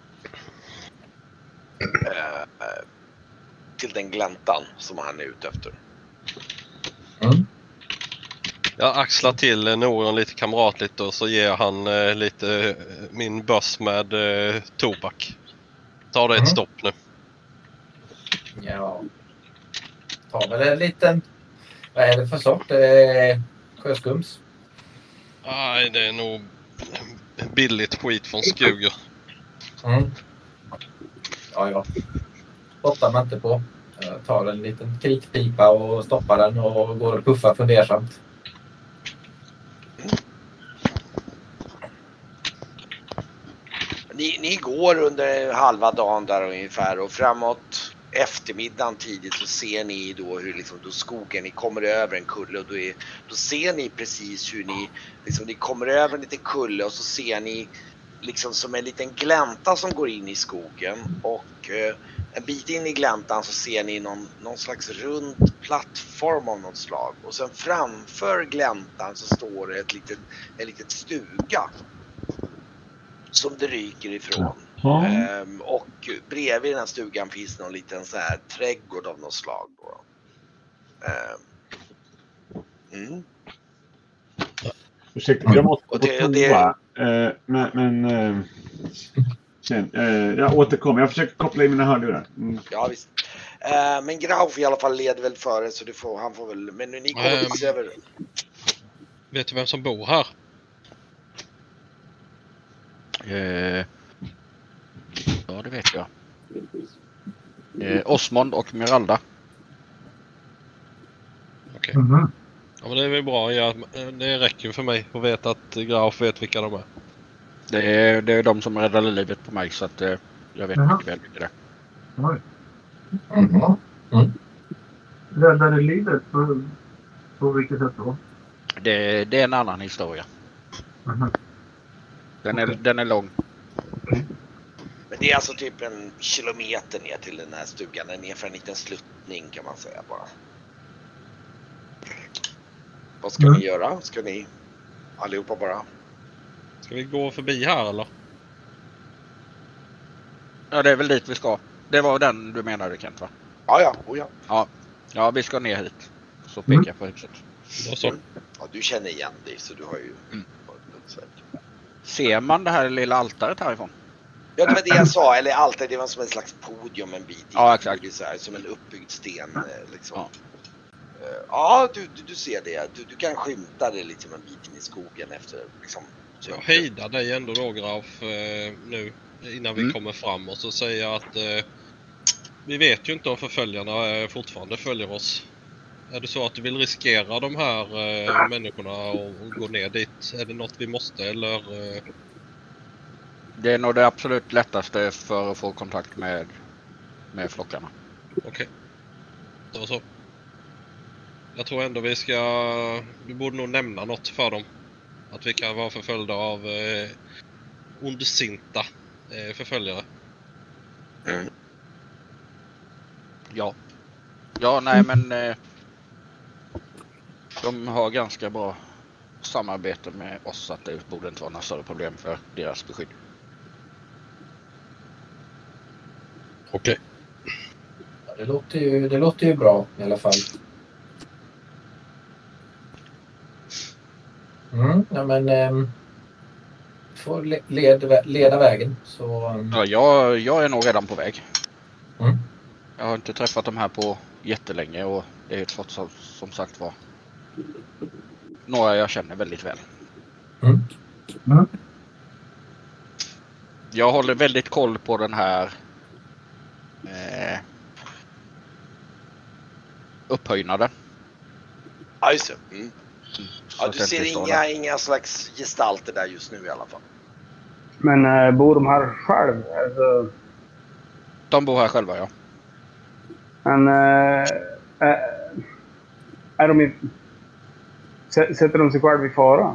S1: Eh, till den gläntan som han är ute efter.
S6: Mm.
S2: Jag axlar till eh, Norion lite kamratligt och så ger han eh, lite eh, min böss med eh, tobak. Ta det ett
S6: Mm.
S2: stopp nu.
S6: Ja. Ta väl en liten... Vad är det för sort? Eh, sjöskums?
S2: Nej, det är nog billigt skit från Skuger.
S6: Mm. Ja, ja. Spottar man inte på. Jag tar en liten krikpipa och stoppar den och går och puffar fundersamt.
S1: Ni, ni går under halva dagen där ungefär och framåt eftermiddagen tidigt så ser ni då hur liksom då skogen, ni kommer över en kulle och då, är, då ser ni precis hur ni liksom ni kommer över en liten kulle och så ser ni liksom som en liten glänta som går in i skogen och eh, en bit in i gläntan så ser ni någon, någon slags rund plattform av något slag och sen framför gläntan så står det ett litet, ett litet stuga som det ryker ifrån.
S3: Ja.
S1: Ehm, och bredvid den här stugan finns någon liten så här trädgård av något slag. Då. Ehm. Mm.
S3: Ursäkta, jag måste
S1: Och
S3: på
S1: det- det-
S3: toa. Eh, men men eh, sen, eh, jag återkommer. Jag försöker koppla in mina hörlurar. Mm.
S1: Ja visst. Ehm, men Grauf i alla fall leder väl före så du får, han får väl... Men ni kommer
S2: Ehm.
S1: precis över...
S2: Vet du vem som bor här?
S4: Eh, ja, det vet jag. Eh, Osmond och Miralda.
S2: Okej.
S7: Mhm.
S2: Ja, men det är väl bra. Ja, det räcker ju för mig att veta att Grauf vet vilka de är.
S4: Det är, det är de som räddade livet på mig så att eh, jag vet
S7: Jaha.
S4: mycket väl vilka det är.
S7: Oj.
S6: Mm. Mm.
S7: Räddade livet? På, på vilket sätt då?
S4: Det, det är en annan historia.
S7: Mhm.
S4: Den är, den är lång.
S1: Men det är alltså typ en kilometer ner till den här stugan. Den är ner för en liten sluttning kan man säga bara. Vad ska
S7: Mm.
S1: ni göra? Ska ni allihopa bara?
S2: Ska vi gå förbi här eller?
S4: Ja, det är väl dit vi ska. Det var den du menade, Kent, va?
S1: Ja, ja, oh, ja.
S4: Ja, vi ska ner hit. Så pekar
S7: Mm.
S4: jag på huset.
S2: Då så.
S1: Ja, du känner igen dig så du har ju...
S4: Mm.
S1: Ja,
S4: Ser man det här lilla altaret härifrån?
S1: det var det jag sa, eller allt det var som en slags podium en bit in.
S4: Ja, exakt.
S1: Det är så här, som en uppbyggd sten eh, liksom.
S4: Ja.
S1: Eh, Ja, du, du, du ser det. Du, du kan skymta det liksom en bit in i skogen efter liksom. Så
S2: Jag hejdar dig ändå då Grauf eh, nu innan vi
S4: Mm.
S2: kommer fram och så säger jag att eh, vi vet ju inte om förföljarna eh, fortfarande följer oss. Är det så att du vill riskera de här eh, människorna och, och gå ner dit? Är det något vi måste eller? Eh...
S4: Det är nog det absolut lättaste för att få kontakt med, med flockarna.
S2: Okej. Okay. Då så. Jag tror ändå vi ska... Vi borde nog nämna något för dem. Att vi kan vara förföljda av eh, ondsinta eh, förföljare.
S1: Mm.
S4: Ja. Ja, nej men... Eh, de har ganska bra samarbete med oss så att det borde inte vara några större problem för deras beskydd.
S2: Okej.
S6: Ja, det, låter ju, det låter ju bra i alla fall. Mm, ja men... Eh, får le- led, leda vägen så... Um...
S4: Ja, jag, jag är nog redan på väg.
S6: Mm.
S4: Jag har inte träffat dem här på jättelänge och det är ju trots allt som sagt var några jag känner väldigt väl.
S6: Mm.
S7: Mm.
S4: Jag håller väldigt koll på den här eh, upphöjnaden.
S1: Ja, just det. Mm.
S4: Så
S1: Ja,
S4: att
S1: du
S4: den
S1: ser
S4: inte står
S1: inga,
S4: där.
S1: inga slags gestalter där just nu i alla fall.
S5: Men äh, bor de här själv? Alltså,
S4: De bor här själva, ja.
S5: men äh, äh, är de i, sä- sätter de sig själva i fara?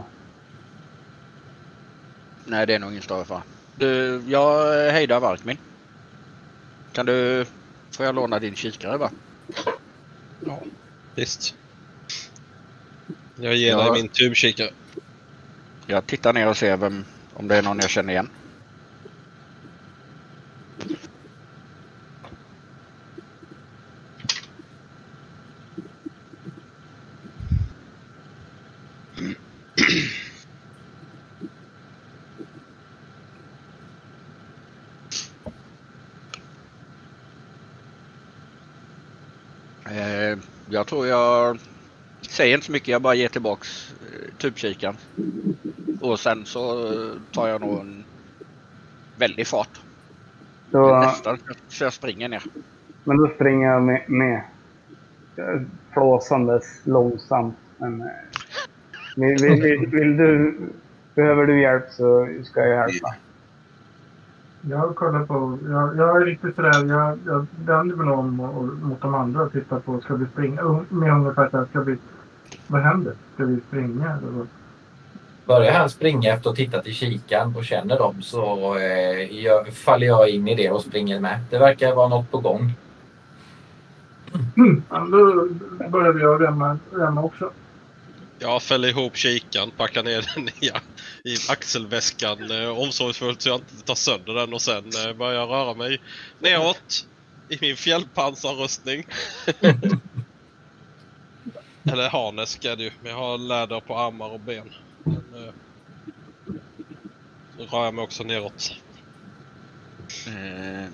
S4: Nej, det är nog ingen större fara. Du, jag hejdar Varkmin. Kan du... Får jag låna din kikare, va?
S2: Ja, visst. Jag ger
S4: Ja.
S2: dig min tubkikare.
S4: Jag tittar ner och ser vem, om det är någon jag känner igen. Eh, jag tror jag säger inte så mycket, jag bara ger tillbaks eh, tubkikaren. Och sen så eh, tar jag nog en väldig fart.
S5: Så,
S4: Nästan så jag springer ner.
S5: men då springer jag med, med eh, flåsandes långsamt. Men, äh, vill, vill, vill, vill du, behöver du hjälp så ska jag hjälpa.
S7: Jag har kollat på, jag, jag är riktigt sådär, jag, jag vänder mig om och, och, mot de andra och tittar på, ska vi springa? Med ungefär så här, ska vi, vad händer? Ska vi springa? Eller vad?
S6: Börjar han springa efter att titta till kikan och känner dem så eh, jag, faller jag in i det och springer med. Det verkar vara något på gång.
S7: Mm. Ja, då börjar vi jag remma, remma också.
S2: Jag fäller ihop kikan, packar ner den i, i axelväskan eh, omsorgsfullt så jag inte tar sönder den och sen eh, börjar röra mig neråt i min fjällpansarrustning. Eller harnesk är det ju, men jag har läder på armar och ben. Men, eh, så rör jag mig också neråt.
S4: Eh,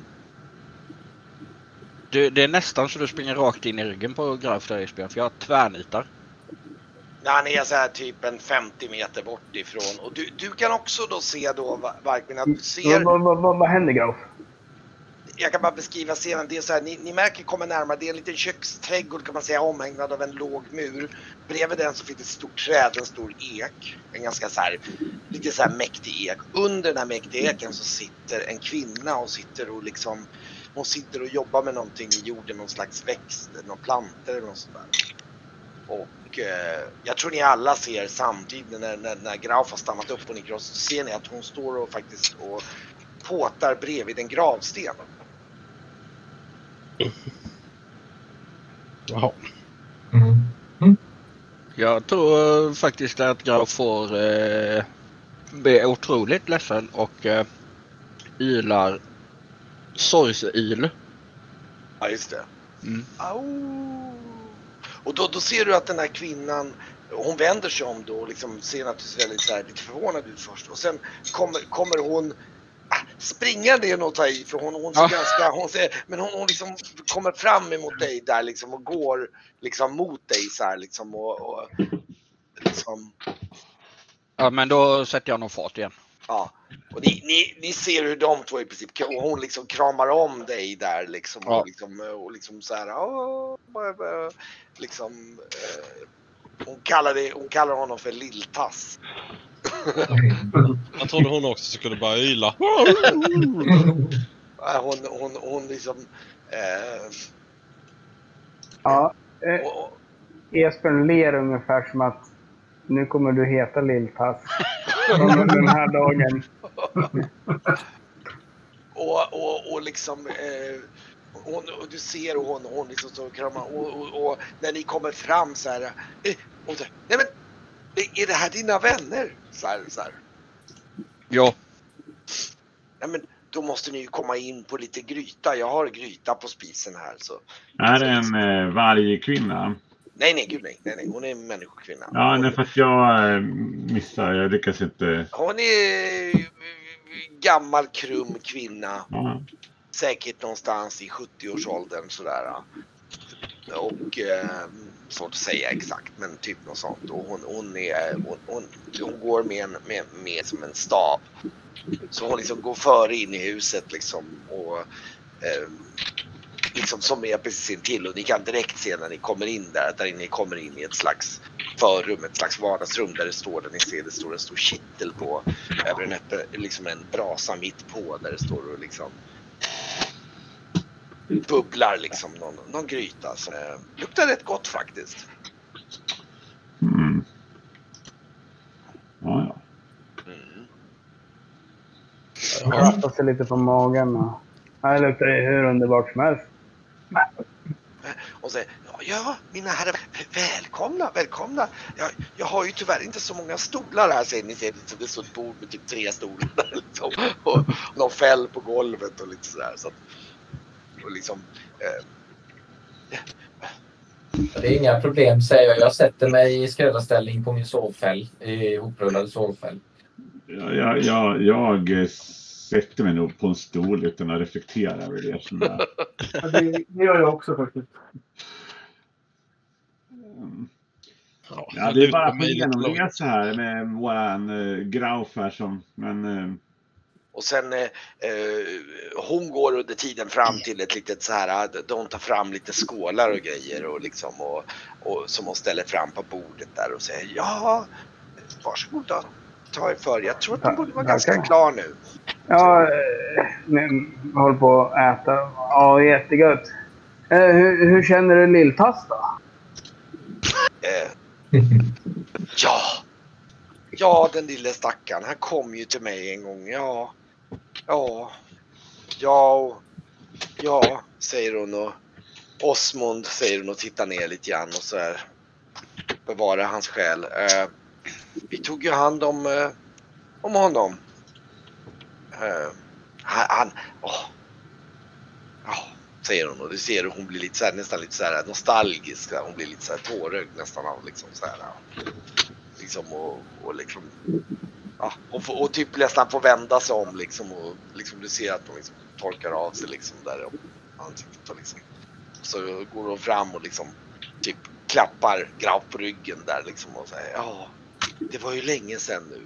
S4: du, det är nästan så du springer rakt in i ryggen på Graf där, Esbjörn, för jag tvärnitar.
S1: Han är så här typ en femtio meter bort ifrån. Och du, du kan också då se då, Va- Varkmin, att du ser...
S5: Vad, vad, vad, vad händer, Graf?
S1: Jag kan bara beskriva scenen. Det är så här, ni, ni märker kommer närmare. Det är en liten köksträdgård kan man säga, omhägnad av en låg mur. Bredvid den så finns det ett stort träd, en stor ek. En ganska så här, lite så här mäktig ek. Under den här mäktiga eken så sitter en kvinna och sitter och liksom... Hon sitter och jobbar med någonting i jorden, någon slags växt, någon planter eller något sånt där. Och eh, jag tror ni alla ser samtidigt när, när, när Graf har stannat upp och ni så ser ni att hon står och faktiskt och påtar bredvid en gravsten.
S2: Jaha.
S6: Mm.
S4: Jag tror faktiskt att Graf får eh, bli otroligt ledsen och eh, ylar sorgsyl.
S1: Ja, just det.
S4: Mm.
S1: Au. Och då, då ser du att den här kvinnan, hon vänder sig om då och liksom ser naturligtvis väldigt så här, lite förvånad ut först. Och sen kommer, kommer hon ah, springande och ta i, för hon, hon ser
S4: Ja.
S1: ganska, hon ser, men hon, hon liksom kommer fram emot dig där liksom och går liksom mot dig så här liksom och, och liksom,
S4: Ja, men då sätter jag nog fart igen.
S1: Ja, och ni, ni, ni ser hur de två i princip, och hon liksom kramar om dig där liksom,
S4: Ja.
S1: och liksom, och liksom så här, åh, liksom, eh, hon kallar det, hon kallar honom för Lilltass.
S2: Jag trodde hon också skulle bara yla.
S1: Hon, hon, hon liksom, eh,
S5: Ja, eh,
S1: och,
S5: Esbjörn ler ungefär som att nu kommer du heta Lilltass. Från den här dagen.
S1: och, och, och liksom eh, hon, och du ser och hon, hon liksom står och kramar och, och, och när ni kommer fram så här, eh, och så, nej men är det här dina vänner? Så här, så här.
S4: Ja.
S1: Nej men då måste ni ju komma in på lite gryta. Jag har gryta på spisen här så.
S3: Är det en eh, vargkvinna?
S1: Nej nej gud nej, nej nej, hon är en människokvinna.
S3: Ja,
S1: hon,
S3: nej, för att jag eh, missar, jag lyckas inte.
S1: hon är gammal krum kvinna.
S3: Ja.
S1: Säkert någonstans i sjuttio-årsåldern sådär. Och eh, svårt att säga exakt, men typ något sånt. Och hon, hon, är, hon, hon, hon går med, en, med, med som en stav. Så hon liksom går före in i huset liksom. Och eh, liksom som är precis intill. Och ni kan direkt se när ni kommer in där. Där ni kommer in i ett slags förrum, ett slags vardagsrum där det står, där ni ser det står en stor kittel på. Över en öppen, liksom en brasa mitt på där det står och liksom bubblar liksom någon, någon gryta som eh, luktar rätt gott faktiskt.
S3: Mm. Ja, ja.
S1: Mm.
S5: Jag rattar sig lite på magen. Och... Det luktar ju hur underbart som helst.
S1: Och säger, ja, ja mina herrar, välkomna, välkomna. Jag, jag har ju tyvärr inte så många stolar här, säger ni. Ser det står ett bord med typ tre stolar liksom, och någon fäll på golvet och lite sådär. Så att, och liksom, eh,
S6: Det är inga problem, säger jag. Jag sätter mig i skräddarställning på min sovfäll, i hoprullad sovfäll.
S3: Jag, jag, jag, jag sätter mig nog på en stol utan att reflektera över det. Som jag...
S7: Ja, det, det gör jag också faktiskt.
S3: Mm. Ja, det är bara på genomresa här med våran uh, Grauf här som, men... Uh...
S1: Och sen eh, hon går under tiden fram till ett litet så här, de tar fram lite skålar och grejer och liksom och, och som hon ställer fram på bordet där och säger ja, varsågod då, ta er för. Jag tror att den borde vara ganska klar nu.
S5: Ja, jag håller på att äta. Ja, jättegött. Eh, hur, hur känner du Lilltass då?
S1: Eh, ja, ja den lille stackaren, han kom ju till mig en gång, ja. Ja, ja, ja, säger hon och Osmond säger hon och tittar ner lite grann och så här bevara hans själ. Eh, vi tog ju hand om, eh, om honom. Eh, han, han åh, ja, säger hon och du ser hur hon blir lite så här, nästan lite så här nostalgisk. Hon blir lite så här tårögd nästan av liksom så här, liksom och, och liksom. Ja, och, får, och typ nästan får vända sig om liksom och liksom du ser att hon liksom torkar av sig liksom där och ansiktet och liksom så går hon fram och liksom typ klappar Grauf på ryggen där liksom och säger ja, det var ju länge sedan nu.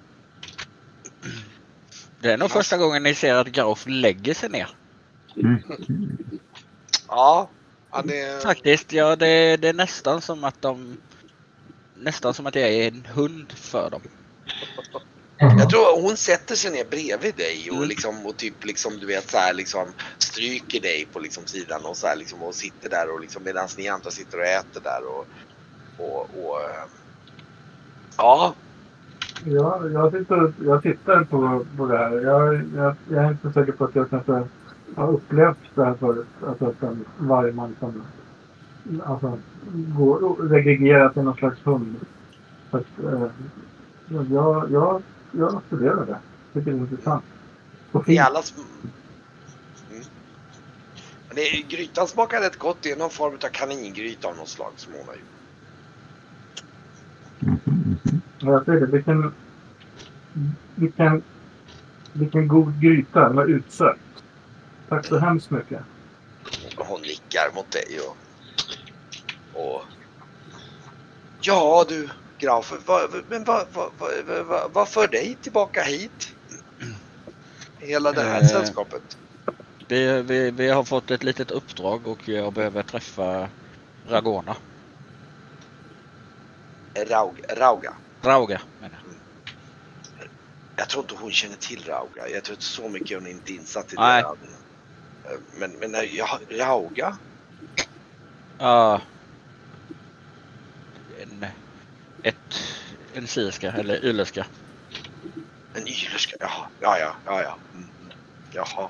S4: Det är nog första gången ni ser att Grauf lägger sig ner.
S3: Mm.
S1: Ja, han är...
S4: Faktiskt, ja det, det är nästan som att de nästan som att jag är en hund för dem.
S1: Jag tror hon sätter sig ner bredvid dig och
S4: Mm.
S1: liksom och typ liksom du vet så här liksom stryker dig på liksom sidan och så här liksom och sitter där och liksom medan ni andra sitter och äter där och och, och äh, ja.
S7: Ja, jag tittar, jag tittar på, på det här. Jag, jag, jag är inte säker på att jag kanske har upplevt det här förut. Alltså att en vargman som alltså, går regregerat till någon slags hund. Så att, eh, jag, jag, jag studerar det. Jag tycker det är intressant. Och
S1: I allas... Mm. Men det, grytan smakar rätt gott. Det är någon form av kaningryta av något slag som hon har gjort.
S7: jag säger det, vilken, vilken, vilken god gryta. Den var utsökt. Tack så hemskt mycket.
S1: Och hon nickar mot dig och... och ja du, Grauf, vad, men vad, vad, vad, vad, vad för dig tillbaka hit? hela det här
S4: Eh.
S1: sällskapet?
S4: Vi, vi, vi har fått ett litet uppdrag och jag behöver träffa Ragona.
S1: Raug, Rauga.
S4: Rauga menar jag.
S1: Jag tror inte hon känner till Rauga. Jag tror inte så mycket hon är inte insatt i
S4: Nej.
S1: det. Men, men ja, Rauga?
S4: Ja. En, ett, en sirska eller ylerska.
S1: En ylerska? Jaha, ja, ja, ja, ja. Mm. Jaha.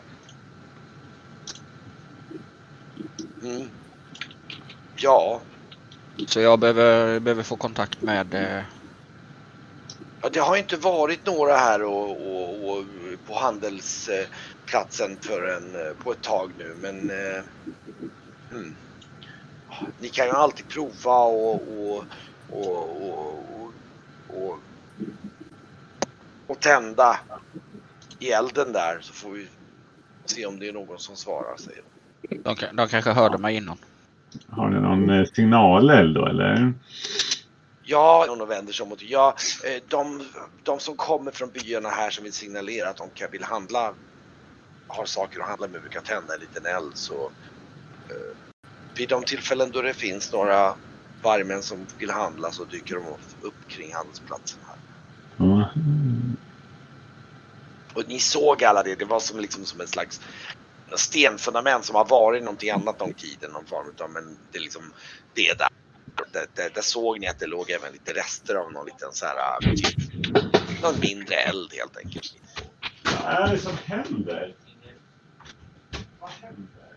S1: Mm. Ja.
S4: Så jag behöver, behöver få kontakt med... Eh...
S1: Ja, det har inte varit några här och, och, och på handelsplatsen förrän på ett tag nu, men eh, mm. Ni kan ju alltid prova och och och, och, och, och, och tända i elden där, så får vi se om det är någon som svarar, säger de.
S4: De, de kanske hörde mig innan.
S3: Har ni någon signaleld då, eller?
S1: Ja, någon vänder sig mot. Ja, de, de som kommer från byarna här som vill signalera att de kan, vill handla, har saker att handla med, brukar tända en liten eld. Så eh, vid de tillfällen då det finns några vargmän som vill handla, så dyker de upp kring handelsplatsen här.
S3: Mm.
S1: Och ni såg alla det, det var som, liksom, som en slags stenfundament som har varit någonting annat om tiden, någon form av, men det är liksom det där. Där, där, där såg ni att det låg även lite rester av någon liten så här, typ, någon mindre eld helt enkelt.
S3: Vad är det som händer? Vad händer?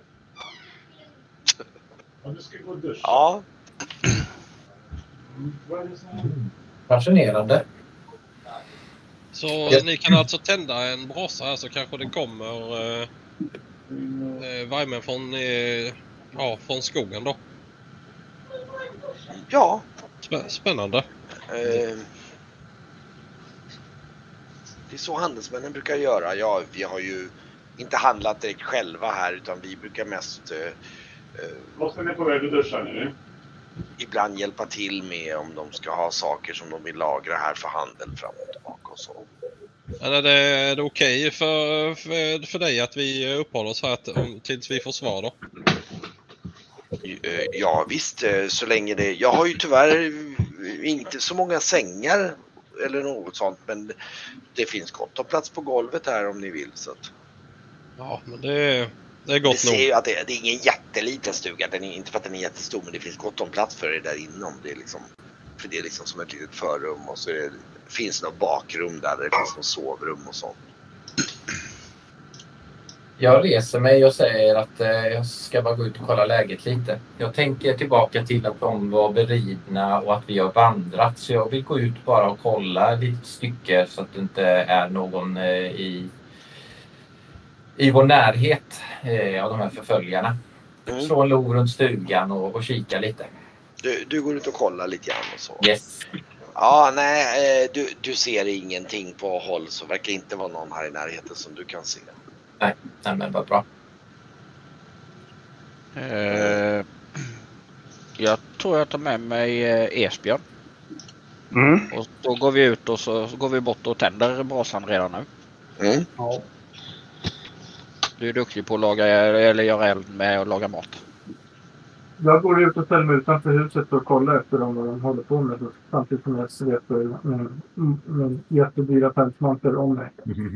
S3: Ja, du ska gå och duscha.
S1: Ja.
S3: Mm. Vad är det som händer?
S6: Fascinerande.
S2: Så ni kan alltså tända en brasa här, så kanske det kommer eh, eh, vargmän från, eh, ja, från skogen då.
S1: Ja.
S2: Spä- spännande.
S1: Eh, det är så handelsmännen brukar göra. Ja, vi har ju inte handlat direkt själva här, utan vi brukar mest eh, eh,
S3: Måste ni på väg att duscha nu?
S1: ibland hjälpa till med om de ska ha saker som de vill lagra här för handel fram och tillbaka och så.
S2: Men är det, är det okej för, för, för dig att vi uppehåller oss här t- tills vi får svar då?
S1: Eh, Ja visst, eh, så länge det... Jag har ju tyvärr inte så många sängar eller något sånt, men det finns gott om plats på golvet här om ni vill. Så att...
S2: Ja, men det, det är
S1: Vi
S2: gott
S1: ser
S2: nog.
S1: ju att det, det är ingen jätteliten stuga, den är, inte för att den är jättestor, men det finns gott om plats för det där inom. Det är liksom, för det är liksom som ett litet förrum, och så är det, finns något bakrum där, där det finns något sovrum och sånt.
S6: Jag reser mig och säger att eh, jag ska bara gå ut och kolla läget lite. Jag tänker tillbaka till att de var beridna och att vi har vandrat. Så jag vill gå ut bara och kolla lite stycke så att det inte är någon eh, i, i vår närhet eh, av de här förföljarna.
S1: Mm.
S6: Slå en lor runt stugan och, och kika lite.
S1: Du, du går ut och kollar lite grann och så.
S6: Yes.
S1: Ja, nej, eh, du, du ser ingenting på håll, så verkar inte vara någon här i närheten som du kan se.
S6: Nej, nej men vad bra.
S4: Eh, jag tror jag tar med mig eh, Esbjörn.
S5: Mm.
S4: Och då går vi ut och så, så går vi bort och tänder brasan redan nu.
S1: Mm.
S5: Ja.
S4: Du är duktig på att laga eller göra eld med och laga mat.
S7: Jag går ut och ställer mig utanför huset och kollar efter dem vad de håller på med. Samtidigt som jag sveper en, en, en jättedyra pälsmantel om mig.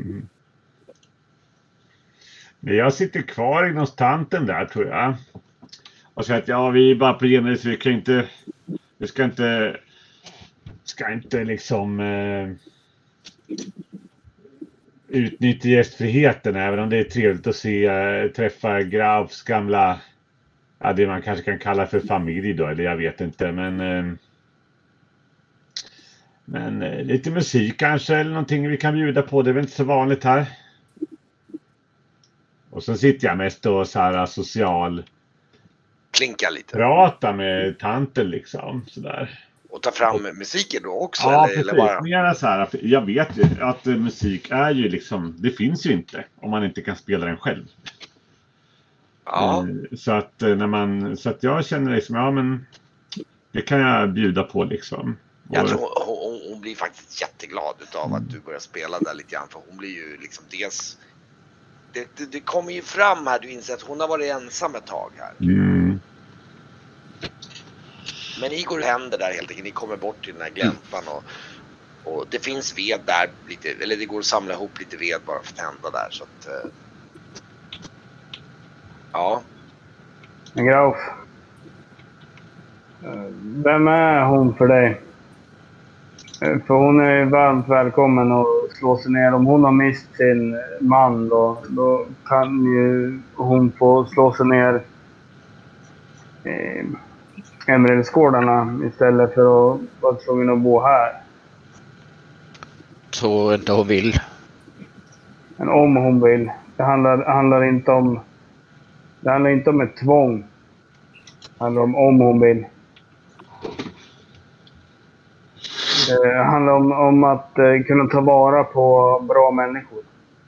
S3: Jag sitter kvar inom tanten där, tror jag. Och säger att ja, vi är bara på genus, så vi kan inte... Vi ska inte... Ska inte liksom... Eh, utnyttja gästfriheten, även om det är trevligt att se, eh, träffa Graufs gamla... Ja, det man kanske kan kalla för familj då, eller jag vet inte, men... Eh, men eh, lite musik kanske, eller någonting vi kan bjuda på, det är väl inte så vanligt här. Och så sitter jag mest och så här social...
S1: Klinka lite.
S3: Prata med tanten liksom, sådär.
S1: Och ta fram musiken då också?
S3: Ja,
S1: eller,
S3: precis.
S1: eller bara...
S3: Men gärna så här, jag vet ju att musik är ju liksom, det finns ju inte om man inte kan spela den själv.
S1: Ja.
S3: Så att när man, så att jag känner liksom, ja men det kan jag bjuda på liksom.
S1: Jag
S3: Och,
S1: tror hon, hon blir faktiskt jätteglad utav att du börjar spela där lite grann, för hon blir ju liksom dels det, det, det kommer ju fram här, du inser att hon har varit ensam ett tag här.
S3: Mm.
S1: Men ni går händer där helt enkelt, ni kommer bort till den här gläntan och, och det finns ved där, lite, eller det går att samla ihop lite ved bara för att tända där så att... Eh, ja.
S5: Grauf. Vem är hon för dig? För hon är varmt välkommen att slå sig ner. Om hon har mist sin man då, då kan ju hon få slå sig ner i Emeraldsgårdarna istället för att vara tvungen att bo här.
S4: Tror inte hon vill.
S5: Men om hon vill. Det handlar, handlar inte om det handlar inte om ett tvång. Det handlar om om hon vill. Det handlar om, om att eh, kunna ta vara på bra människor.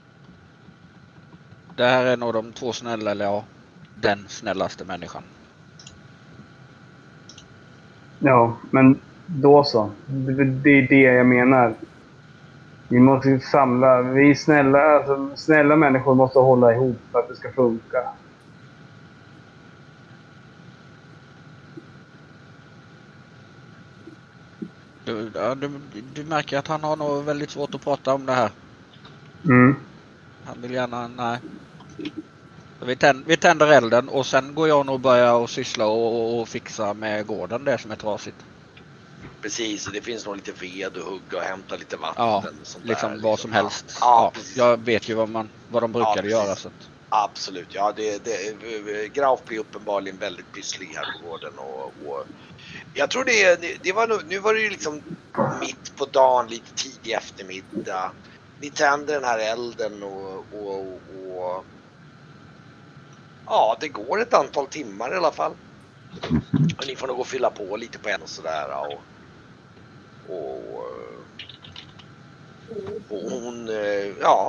S4: Det här är nog de två snälla, eller ja, den snällaste människan.
S5: Ja, men då så. Det, det är det jag menar. Vi måste samla. Vi är snälla, alltså, snälla människor måste hålla ihop för att det ska funka.
S4: Du, ja, du, du märker att han har nog väldigt svårt att prata om det här.
S5: Mm.
S4: Han vill gärna, nej. Vi tänder, vi tänder elden och sen går jag nog och börjar och syssla och, och fixa med gården, det som är trasigt.
S1: Precis, det finns nog lite ved och hugga och hämta lite vatten.
S4: Ja,
S1: och sånt
S4: liksom
S1: där,
S4: vad
S1: liksom.
S4: som helst.
S1: Ja,
S4: Ja, jag vet ju vad, man, vad de brukade
S1: ja,
S4: göra. Så att.
S1: Absolut, ja det, det, Grauf blir uppenbarligen väldigt pysslig här på gården och, och jag tror det, det, det var nu, nu var det ju liksom mitt på dagen, lite tidig eftermiddag. Ni tänder den här elden och, och, och ja, det går ett antal timmar i alla fall. Och ni får nog gå och fylla på lite på en och sådär och, och, och hon, ja,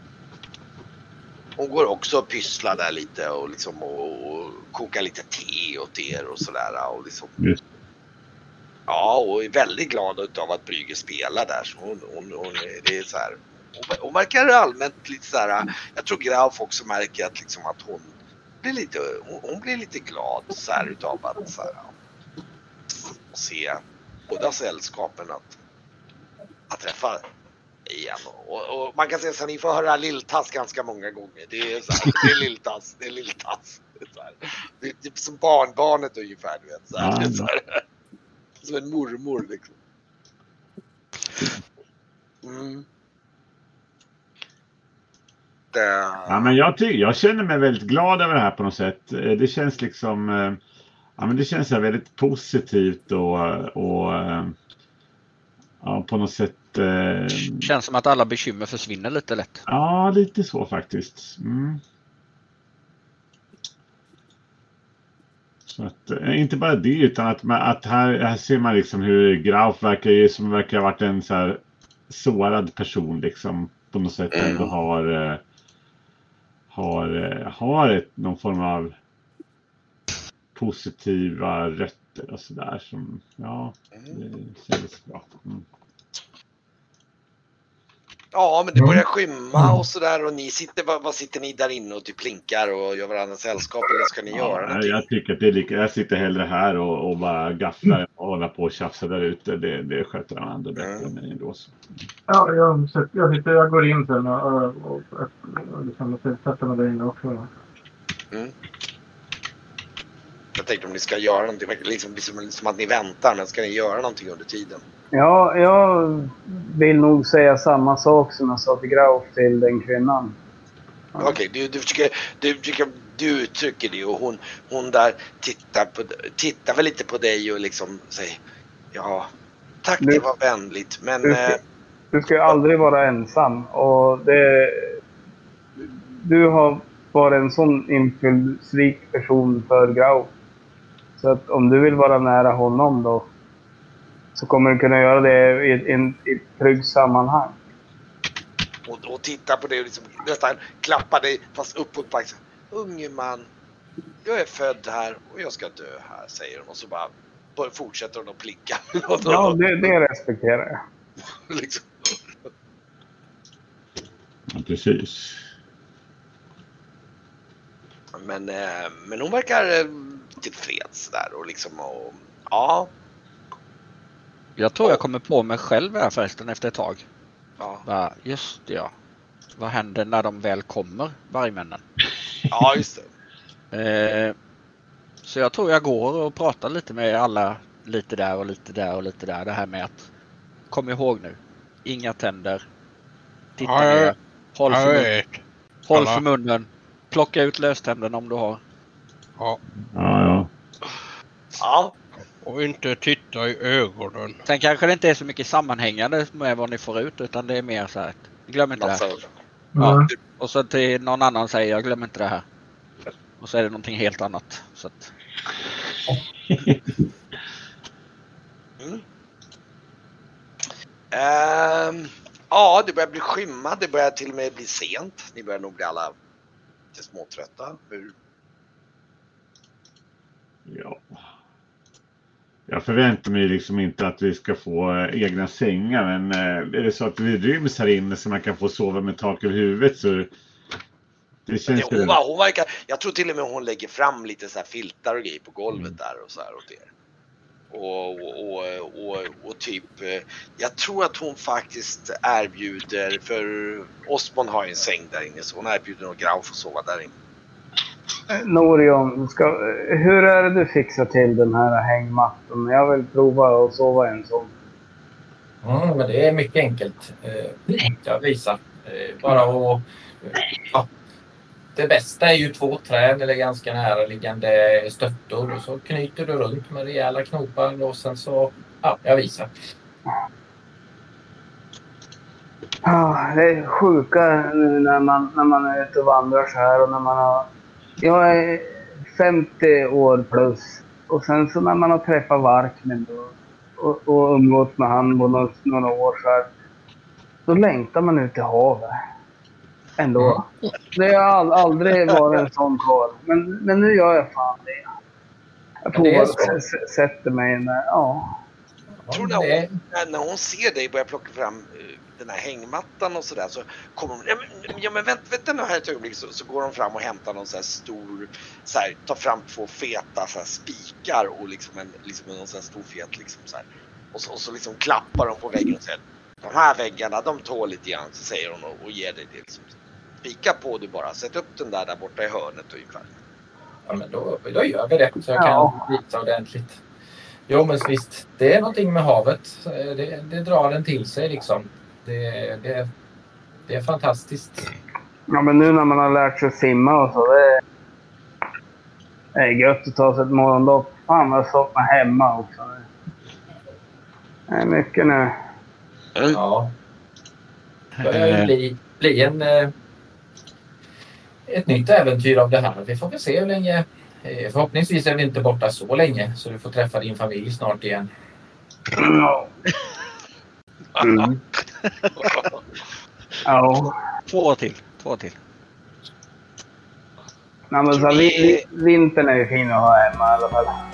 S1: hon går också och pysslar där lite och liksom och, och kokar lite te åt er och sådär och liksom.
S3: Just.
S1: Ja, och är väldigt glad av att Brygge spelar där så hon, hon, hon det är så här. Hon, hon verkar allmänt lite så här. Jag tror Grauf också märker att liksom att hon blir lite hon, hon blir lite glad så här utav att så här, se båda sällskapen att att träffa igen och, och man kan säga så att ni får höra Lilltass ganska många gånger. Det är så här, det är Lilltass, det är Lilltass. Det är, så här, det är typ som barnbarnet ungefär, du vet så här.
S3: Ja,
S1: Det är så här, som en mormor liksom. Mm. Det...
S3: Ja, men jag, ty- jag känner mig väldigt glad över det här på något sätt. Det känns liksom eh, ja, men det känns så här väldigt positivt och, och eh, ja, på något sätt eh,
S4: Känns som att alla bekymmer försvinner lite lätt.
S3: ja, lite så faktiskt. Mm. Så att, eh, inte bara det utan att, man, att här, här ser man liksom hur Grauf verkar som verkar ha varit en så här sårad person liksom på något sätt ändå har eh, har, eh, har ett, någon form av positiva rötter och sådär som, ja, det känns bra. Mm.
S1: Ja, men det börjar skymma och sådär och ni sitter, vad, vad sitter ni där inne och typ plinkar och gör varandra sällskap eller ska ni
S3: Ja,
S1: göra någonting?
S3: jag tycker att det är lika, jag sitter hellre här och, och bara gafflar och håller på och tjafsar där ute. Det, det sköter de andra bättre
S1: Mm.
S3: än mig ändå. Så.
S7: Ja, jag, jag, sitter, jag går in sen och, och, och, och liksom, sätter mig där inne också.
S1: Mm. Jag tänkte om ni ska göra någonting, liksom, liksom, liksom att ni väntar, men ska ni göra någonting under tiden?
S5: Ja, jag vill nog säga samma sak som jag sa till Grauf till den kvinnan. Ja.
S1: Okej, okay, du, du, försöker, du, försöker, du uttrycker det och hon, hon där tittar, på, tittar väl lite på dig och liksom säger ja, tack
S5: Du-
S1: det var vänligt, men
S5: Du ska,
S1: eh,
S5: du ska ju aldrig vara ensam. Och det, du har varit en sån inflytelserik person för Grauf. Så att om du vill vara nära honom då så kommer du kunna göra det i ett, in, i ett tryggt sammanhang.
S1: och, och tittar på dig och liksom, nästan klappar dig fast uppåt på axeln. Unge man, jag är född här och jag ska dö här, säger hon och så bara, bara fortsätter hon att plinka.
S5: Ja, det, det respekterar jag.
S1: liksom.
S3: Ja, precis.
S1: men, eh, men hon verkar eh, tillfreds där och liksom och, ja.
S4: Jag tror jag kommer på mig själv här förresten efter ett tag.
S1: Ja,
S4: Va, just det, ja. Vad händer när de väl kommer, vargmännen?
S1: ja just det.
S4: Eh, så jag tror jag går och pratar lite med alla, lite där och lite där och lite där. Det här med att, kom ihåg nu, inga tänder. Titta
S2: Ja,
S4: ner, håll
S2: Jag
S4: för, mun,
S2: vet.
S4: håll
S2: Alla.
S4: för munnen, plocka ut löständerna om du har.
S2: Ja.
S3: Ja, ja.
S1: Ja,
S2: Och inte titta i ögonen.
S4: Sen kanske det inte är så mycket sammanhängande med vad ni får ut, utan det är mer så här, glöm inte det
S1: massa
S4: här.
S1: ord.
S4: Ja, och så till någon annan säger jag, glöm inte det här. Och så är det någonting helt annat. Så att,
S1: Mm. Ehm, ja, det börjar bli skymma. Det börjar till och med bli sent. Ni börjar nog bli alla lite småtrötta. Hur?
S3: Ja. Jag förväntar mig liksom inte att vi ska få eh, egna sängar, men eh, är det så att vi ryms här inne så man kan få sova med tak över huvudet, så det känns
S1: Det, hon,
S3: väl...
S1: var, hon verkar, jag tror till och med hon lägger fram lite så här filtar och grejer på golvet där och så här åt er. Och, och, och, och, och typ, eh, jag tror att hon faktiskt erbjuder, för Osmond har ju en säng där inne, så hon erbjuder nog Graf att sova där inne.
S5: Norion, ska, hur är det du fixar till den här hängmattan? Jag vill prova att sova en sån.
S6: Mm, men det är mycket enkelt. Eh, jag visar. Eh, bara att... Ja. Det bästa är ju två träd eller ganska närliggande stöttor. Och så knyter du runt med rejäla knopar och sen så... Ja, jag visar.
S5: Ah, det är sjuka nu när man, när man är ute och vandrar så här och när man har... Jag är femtio år plus och sen så när man har träffat Varkmen då, och, och umgått med han på några, några år så här, då längtar man ut till havet. Ändå. Det har all, aldrig varit en sån kvar. Men, men nu gör jag fan det. Jag
S6: Men det är
S5: provar
S6: så.
S5: att sätta mig in där. Ja.
S1: Jag tror när hon, när- när hon ser dig börja plocka fram eh, den här hängmattan och sådär, så kommer hon, ja men, ja, men vänta, vänta nu här ett ögonblick, så, så går de fram och hämtar någon så här stor, så här, tar fram två feta så här spikar och liksom en, liksom någon så här stor fet liksom så här. Och så, och så liksom klappar de på väggen och säger, de här väggarna de tål lite grann, så säger hon och, och ger dig det liksom. Spika på du bara, sätt upp den där där borta i hörnet ungefär.
S6: Ja, men då, då gör vi det så jag
S5: Ja.
S6: kan visa ordentligt. Jo, men visst. Det är någonting med havet. Det, det drar den till sig liksom. Det, det, det är fantastiskt.
S5: Ja, men nu när man har lärt sig simma och så, det är, det är gött att ta sig ett morgondopp. Fan vad jag stått mig hemma också. Det är mycket nu.
S6: Ja. Det börjar ju bli, bli en, eh, ett nytt äventyr av det här. Vi får väl se hur länge. Eh, Förhoppningsvis är vi inte borta så länge så du får träffa din familj snart igen.
S5: Ja. Mm. Ja.
S4: två till, två till.
S5: Nej, men så, vi, vi, vintern är ju fin att ha hemma i alla fall.